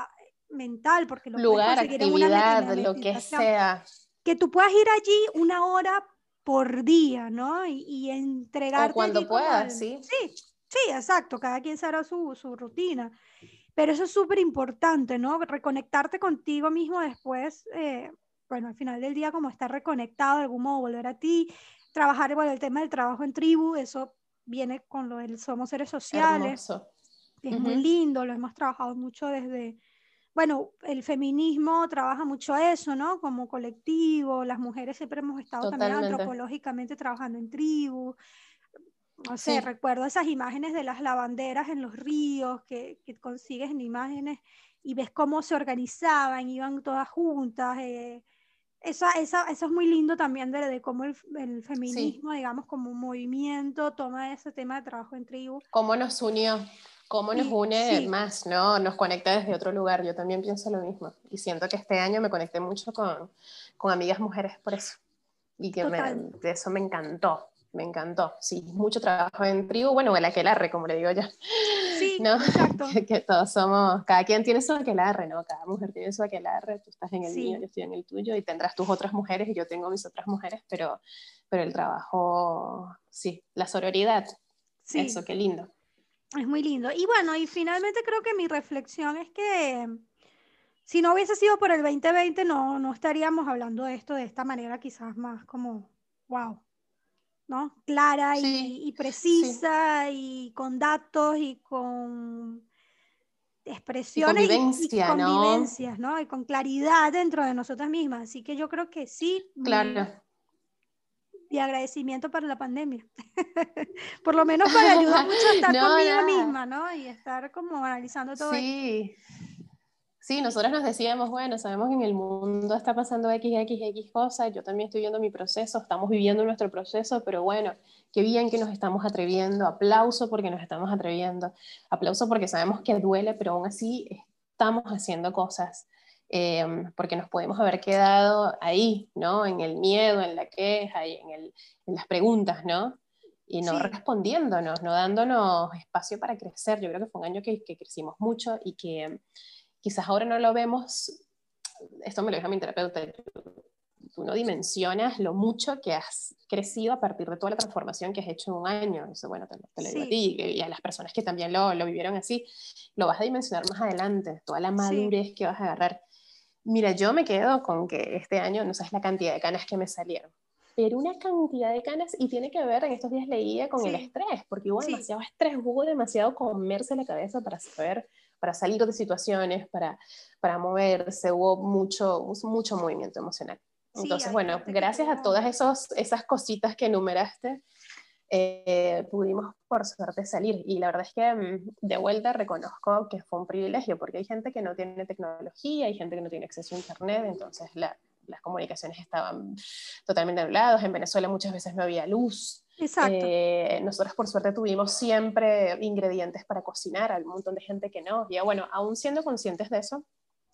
mental, porque lo puedes Lugar, conseguir en una, actividad, lo que meditación, sea. que tú puedas ir allí 1 hora por día, ¿no? Y O entregarte allí cuando como puedas, sí. sí, sí, exacto, cada quien se hará su rutina. Pero eso es súper importante, ¿no? Reconectarte contigo mismo después, bueno, al final del día como estar reconectado, de algún modo volver a ti, trabajar, bueno, el tema del trabajo en tribu, eso viene con lo del somos seres sociales, Hermoso. que es muy Uh-huh. lindo, lo hemos trabajado mucho desde, bueno, el feminismo trabaja mucho eso, ¿no? Como colectivo, las mujeres siempre hemos estado también Totalmente. antropológicamente trabajando en tribu. No sé, Sí, recuerdo esas imágenes de las lavanderas en los ríos que consigues en imágenes y ves cómo se organizaban, iban todas juntas. Eso es muy lindo también de cómo el sí. feminismo, digamos, como un movimiento, toma ese tema de trabajo en tribu. ¿Cómo nos unió? ¿Cómo nos Y une sí, más, no? Nos conecta desde otro lugar. Yo también pienso lo mismo. Y siento que este año me conecté mucho con amigas mujeres por eso. Y que total. de eso me encantó. Me encantó. Sí, mucho trabajo en tribu. Bueno, el aquelarre, como le digo yo. Sí, ¿No? exacto. Que todos somos, cada quien tiene su aquelarre, ¿no? Cada mujer tiene su aquelarre. Tú estás en el mío, yo Sí, estoy en el tuyo. Y tendrás tus otras mujeres y yo tengo mis otras mujeres. Pero el trabajo, sí. La sororidad. Eso, sí, qué lindo. es muy lindo. Y bueno, y finalmente creo que mi reflexión es que si no hubiese sido por el 2020, no estaríamos hablando de esto de esta manera, quizás más como, wow, ¿no? Clara Sí, y sí. precisa y con datos y con Y expresiones y convivencia, ¿no? convivencias, ¿no? Y con claridad dentro de nosotras mismas. Así que yo creo que sí, Claro. mi agradecimiento para la pandemia. Por lo menos me ayudó mucho a estar No, conmigo nada. misma, ¿no? Y estar como analizando todo esto. Sí, sí, nosotros nos decíamos, bueno, sabemos que en el mundo está pasando X cosas, yo también estoy viendo mi proceso, estamos viviendo nuestro proceso, pero bueno, qué bien que nos estamos atreviendo, aplauso porque nos estamos atreviendo, aplauso porque sabemos que duele, pero aún así estamos haciendo cosas, porque nos podemos haber quedado ahí, ¿no? En el miedo, en la queja y en las preguntas, ¿no? Y no Sí, respondiéndonos, no dándonos espacio para crecer. Yo creo que fue un año que crecimos mucho y que quizás ahora no lo vemos, esto me lo dijo mi terapeuta, tú no dimensionas lo mucho que has crecido a partir de toda la transformación que has hecho en un año. Eso, bueno, te lo digo a sí, ti y a las personas que también lo vivieron así. Lo vas a dimensionar más adelante, toda la sí, madurez que vas a agarrar. Mira, yo me quedo con que este año, no sabes la cantidad de canas que me salieron, pero una cantidad de canas, y tiene que ver, en estos días leía, con el sí, estrés, porque hubo sí, demasiado estrés, hubo demasiado comerse la cabeza para saber, para salir de situaciones, para moverse, hubo mucho movimiento emocional. sí, Entonces, hay bueno, gente que gracias a tuvo, todas esas cositas que enumeraste, pudimos por suerte salir. Y la verdad es que de vuelta reconozco que fue un privilegio, porque hay gente que no tiene tecnología, hay gente que no tiene acceso a Internet, entonces las comunicaciones estaban totalmente anuladas. En Venezuela muchas veces no había luz. exacto, Nosotros por suerte tuvimos siempre ingredientes para cocinar, hay un montón de gente que no. Y bueno, aún siendo conscientes de eso,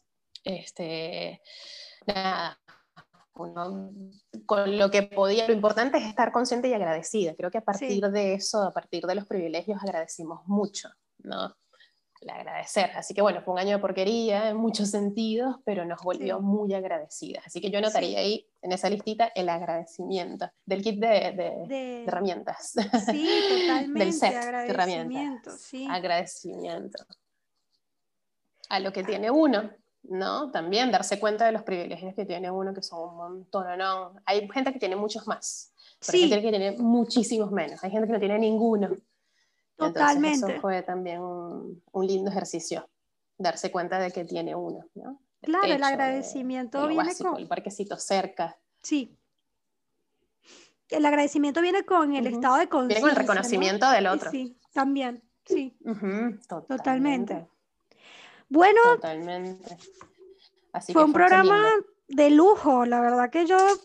nada, uno, con lo que podía, lo importante es estar consciente y agradecida. Creo que a partir sí, de eso, a partir de los privilegios, agradecimos mucho, ¿no? El agradecer. Así que bueno, fue un año de porquería en muchos sentidos, pero nos volvió sí, muy agradecidas. Así que yo anotaría sí, ahí en esa listita el agradecimiento del kit de de, herramientas, sí, del totalmente, set de herramientas. agradecimiento, sí, Agradecimiento a lo que tiene uno, ¿no? También darse cuenta de los privilegios que tiene uno, que son un montón, ¿no? Hay gente que tiene muchos más, pero hay gente sí, que tiene muchísimos menos, hay gente que no tiene ninguno. Entonces eso totalmente. fue también un lindo ejercicio, darse cuenta de que tiene uno, ¿no? El Claro, el techo, de agradecimiento lo viene básico, con, el parquecito cerca. sí, el agradecimiento viene con el Uh-huh. estado de Viene con el conciencia, ¿no? reconocimiento del otro. Sí, también, sí, Uh-huh. totalmente. Totalmente, Bueno, totalmente. Así fue que un fue programa lindo. de lujo, la verdad que yo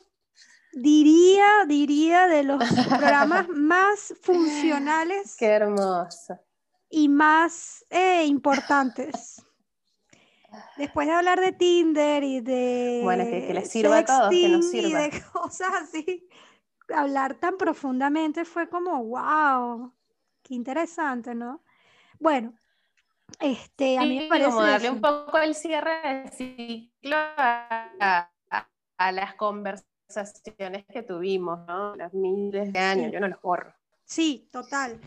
diría de los programas más Qué funcionales hermoso. y más importantes. Después de hablar de Tinder y Bueno, que les de sirva a todos, que nos sexting y de sirva. cosas así, hablar tan profundamente fue como, wow, qué interesante, ¿no? Bueno, A mí me Sí, como parece darle un eso. poco el cierre de ciclo a las conversaciones que tuvimos, ¿no? Los miles de años, Sí, yo no los borro. sí, total.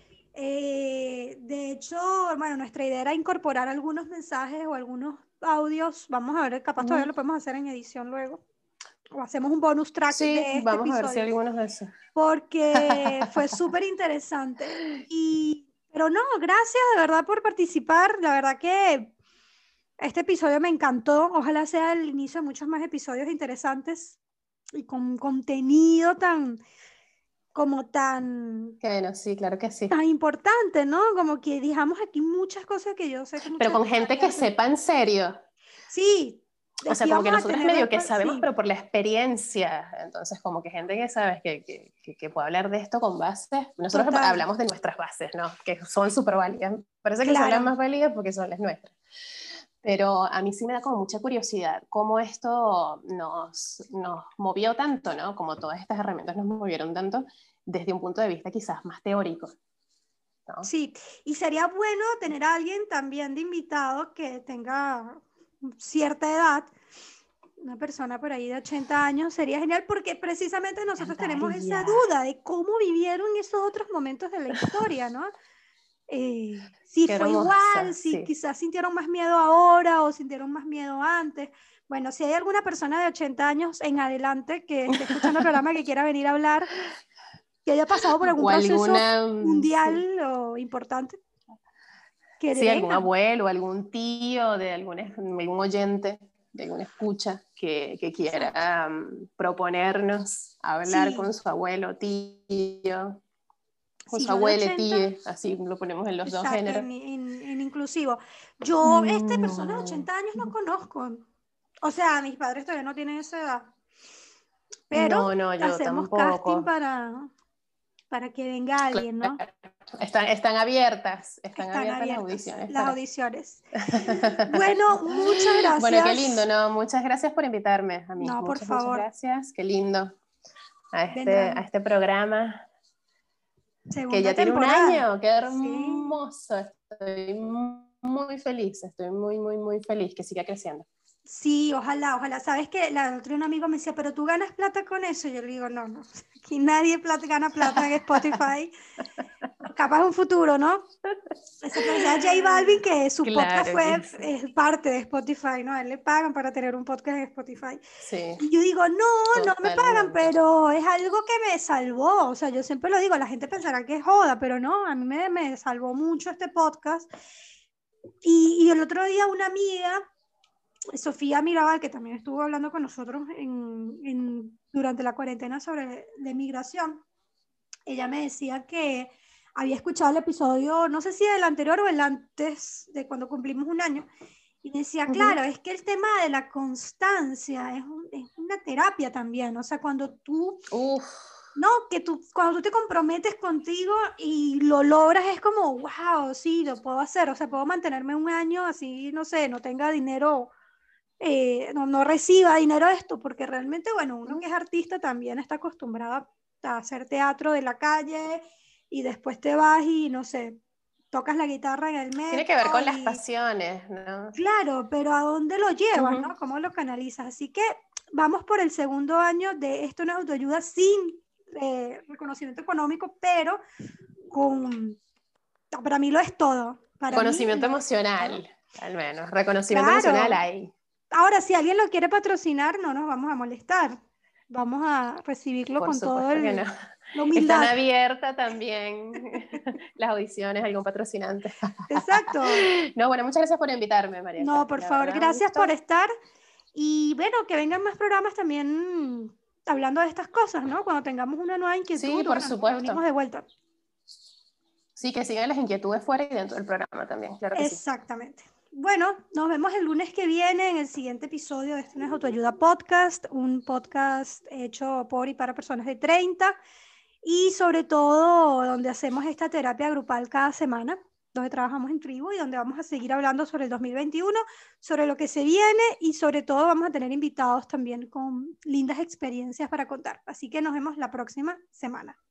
De hecho, bueno, nuestra idea era incorporar algunos mensajes o algunos audios. Vamos a ver, capaz todavía lo podemos hacer en edición luego. O hacemos un bonus track Sí, de este vamos a ver si episodio. algunos de esos. Porque fue súper interesante. Pero no, gracias de verdad por participar. La verdad que este episodio me encantó. Ojalá sea el inicio de muchos más episodios interesantes y con contenido tan Que bueno, sí, claro que sí. tan importante, ¿no? Como que dejamos aquí muchas cosas que yo sé que Pero mucha con gente gente que debería saber. sepa en serio. Sí, O sea, aquí como que vamos a nosotros tener medio que sabemos, sí, pero por la experiencia. Entonces, como que gente que sabes que puede hablar de esto con bases. Nosotros total, hablamos de nuestras bases, ¿no? Que son súper válidas. Parece que son las claro. más válidas porque son las nuestras. Pero a mí sí me da como mucha curiosidad cómo esto nos movió tanto, ¿no? Como todas estas herramientas nos movieron tanto desde un punto de vista quizás más teórico, ¿no? Sí, y sería bueno tener a alguien también de invitado que tenga cierta edad, una persona por ahí de 80 años, sería genial porque precisamente Me nosotros tenemos esa encantaría. duda de cómo vivieron esos otros momentos de la historia, ¿no? Si Qué fue igual, hermosa, si sí. quizás sintieron más miedo ahora o sintieron más miedo antes. Bueno, si hay alguna persona de 80 años en adelante que esté escuchando el programa que quiera venir a hablar, que haya pasado por algún O proceso alguna, sí, mundial o importante, que sí, algún vengan. abuelo, algún tío, de algún oyente, de alguna escucha que Exacto. quiera proponernos hablar con Sí, su abuelo, tío, con sí, su yo de abuele, 80, tíe, así lo ponemos en los dos exacto, géneros. en inclusivo. Yo, personas de No, 80 años no conozco. O sea, mis padres todavía no tienen esa edad, pero no, no, yo hacemos casting tampoco. para que venga alguien, ¿no? Están Están abiertas las abiertas audiciones las para. audiciones. Bueno, muchas Bueno, qué lindo, gracias. no, muchas gracias por invitarme a mí, No, por muchas favor, gracias, qué lindo a vendrán. este programa que Segunda ya tiene un temporada. año, qué Sí. hermoso, estoy muy feliz, estoy muy feliz que siga creciendo. Sí, ojalá, ojalá. Sabes que la otra un amigo me decía, pero tú ganas plata con eso. Yo le digo, no, no. Aquí nadie gana plata en Spotify. Capaz un futuro, ¿no? Eso que decía J Balvin, que su podcast Claro que fue sí, es parte de Spotify, ¿no? A él le pagan para tener un podcast en Spotify. sí, Y yo digo, no, no me pagan, totalmente. pero es algo que me salvó. O sea, yo siempre lo digo, la gente pensará que es joda, pero no, a mí me salvó mucho este podcast. Y el otro día una amiga Sofía Mirabal, que también estuvo hablando con nosotros durante la cuarentena sobre la migración, ella me decía que había escuchado el episodio, no sé si el anterior o el antes de cuando cumplimos un año, y me decía, claro, Ujú. es que el tema de la constancia es una terapia también, o sea, cuando tú, Uf, no, cuando tú te comprometes contigo y lo logras, es como, wow, sí, lo puedo hacer, o sea, puedo mantenerme un año así, no sé, no tenga dinero no reciba dinero de esto, porque realmente, bueno, uno que es artista también está acostumbrado a hacer teatro de la calle y después te vas y, no sé, tocas la guitarra en el tiene que ver con metro las y, pasiones, ¿no? claro, pero ¿a dónde lo llevas, no? Ujú. ¿Cómo lo canalizas? Así que vamos por el segundo año de Esto no es autoayuda sin reconocimiento económico, pero con, para mí lo es todo, para mí Reconocimiento lo es todo. emocional, al menos. Reconocimiento emocional Claro, hay. ahora, si alguien lo quiere patrocinar, no nos vamos a molestar. Vamos a recibirlo Por con todo supuesto que no. la Están humildad. abiertas también las audiciones, algún patrocinante. Exacto. No, bueno, muchas gracias por invitarme, No, Marieta. por La favor, verdad, un gracias por gusto. estar. Y bueno, que vengan más programas también hablando de estas cosas, ¿no? Cuando tengamos una nueva Sí, inquietud, por bueno, nos reunimos supuesto. de vuelta. Sí, que sigan las inquietudes fuera y dentro del programa también, claro que sí. Exactamente. Bueno, nos vemos el lunes que viene en el siguiente episodio de Esto no es Autoayuda Podcast, un podcast hecho por y para personas de 30 y sobre todo donde hacemos esta terapia grupal cada semana, donde trabajamos en tribu y donde vamos a seguir hablando sobre el 2021, sobre lo que se viene y sobre todo vamos a tener invitados también con lindas experiencias para contar. Así que nos vemos la próxima semana.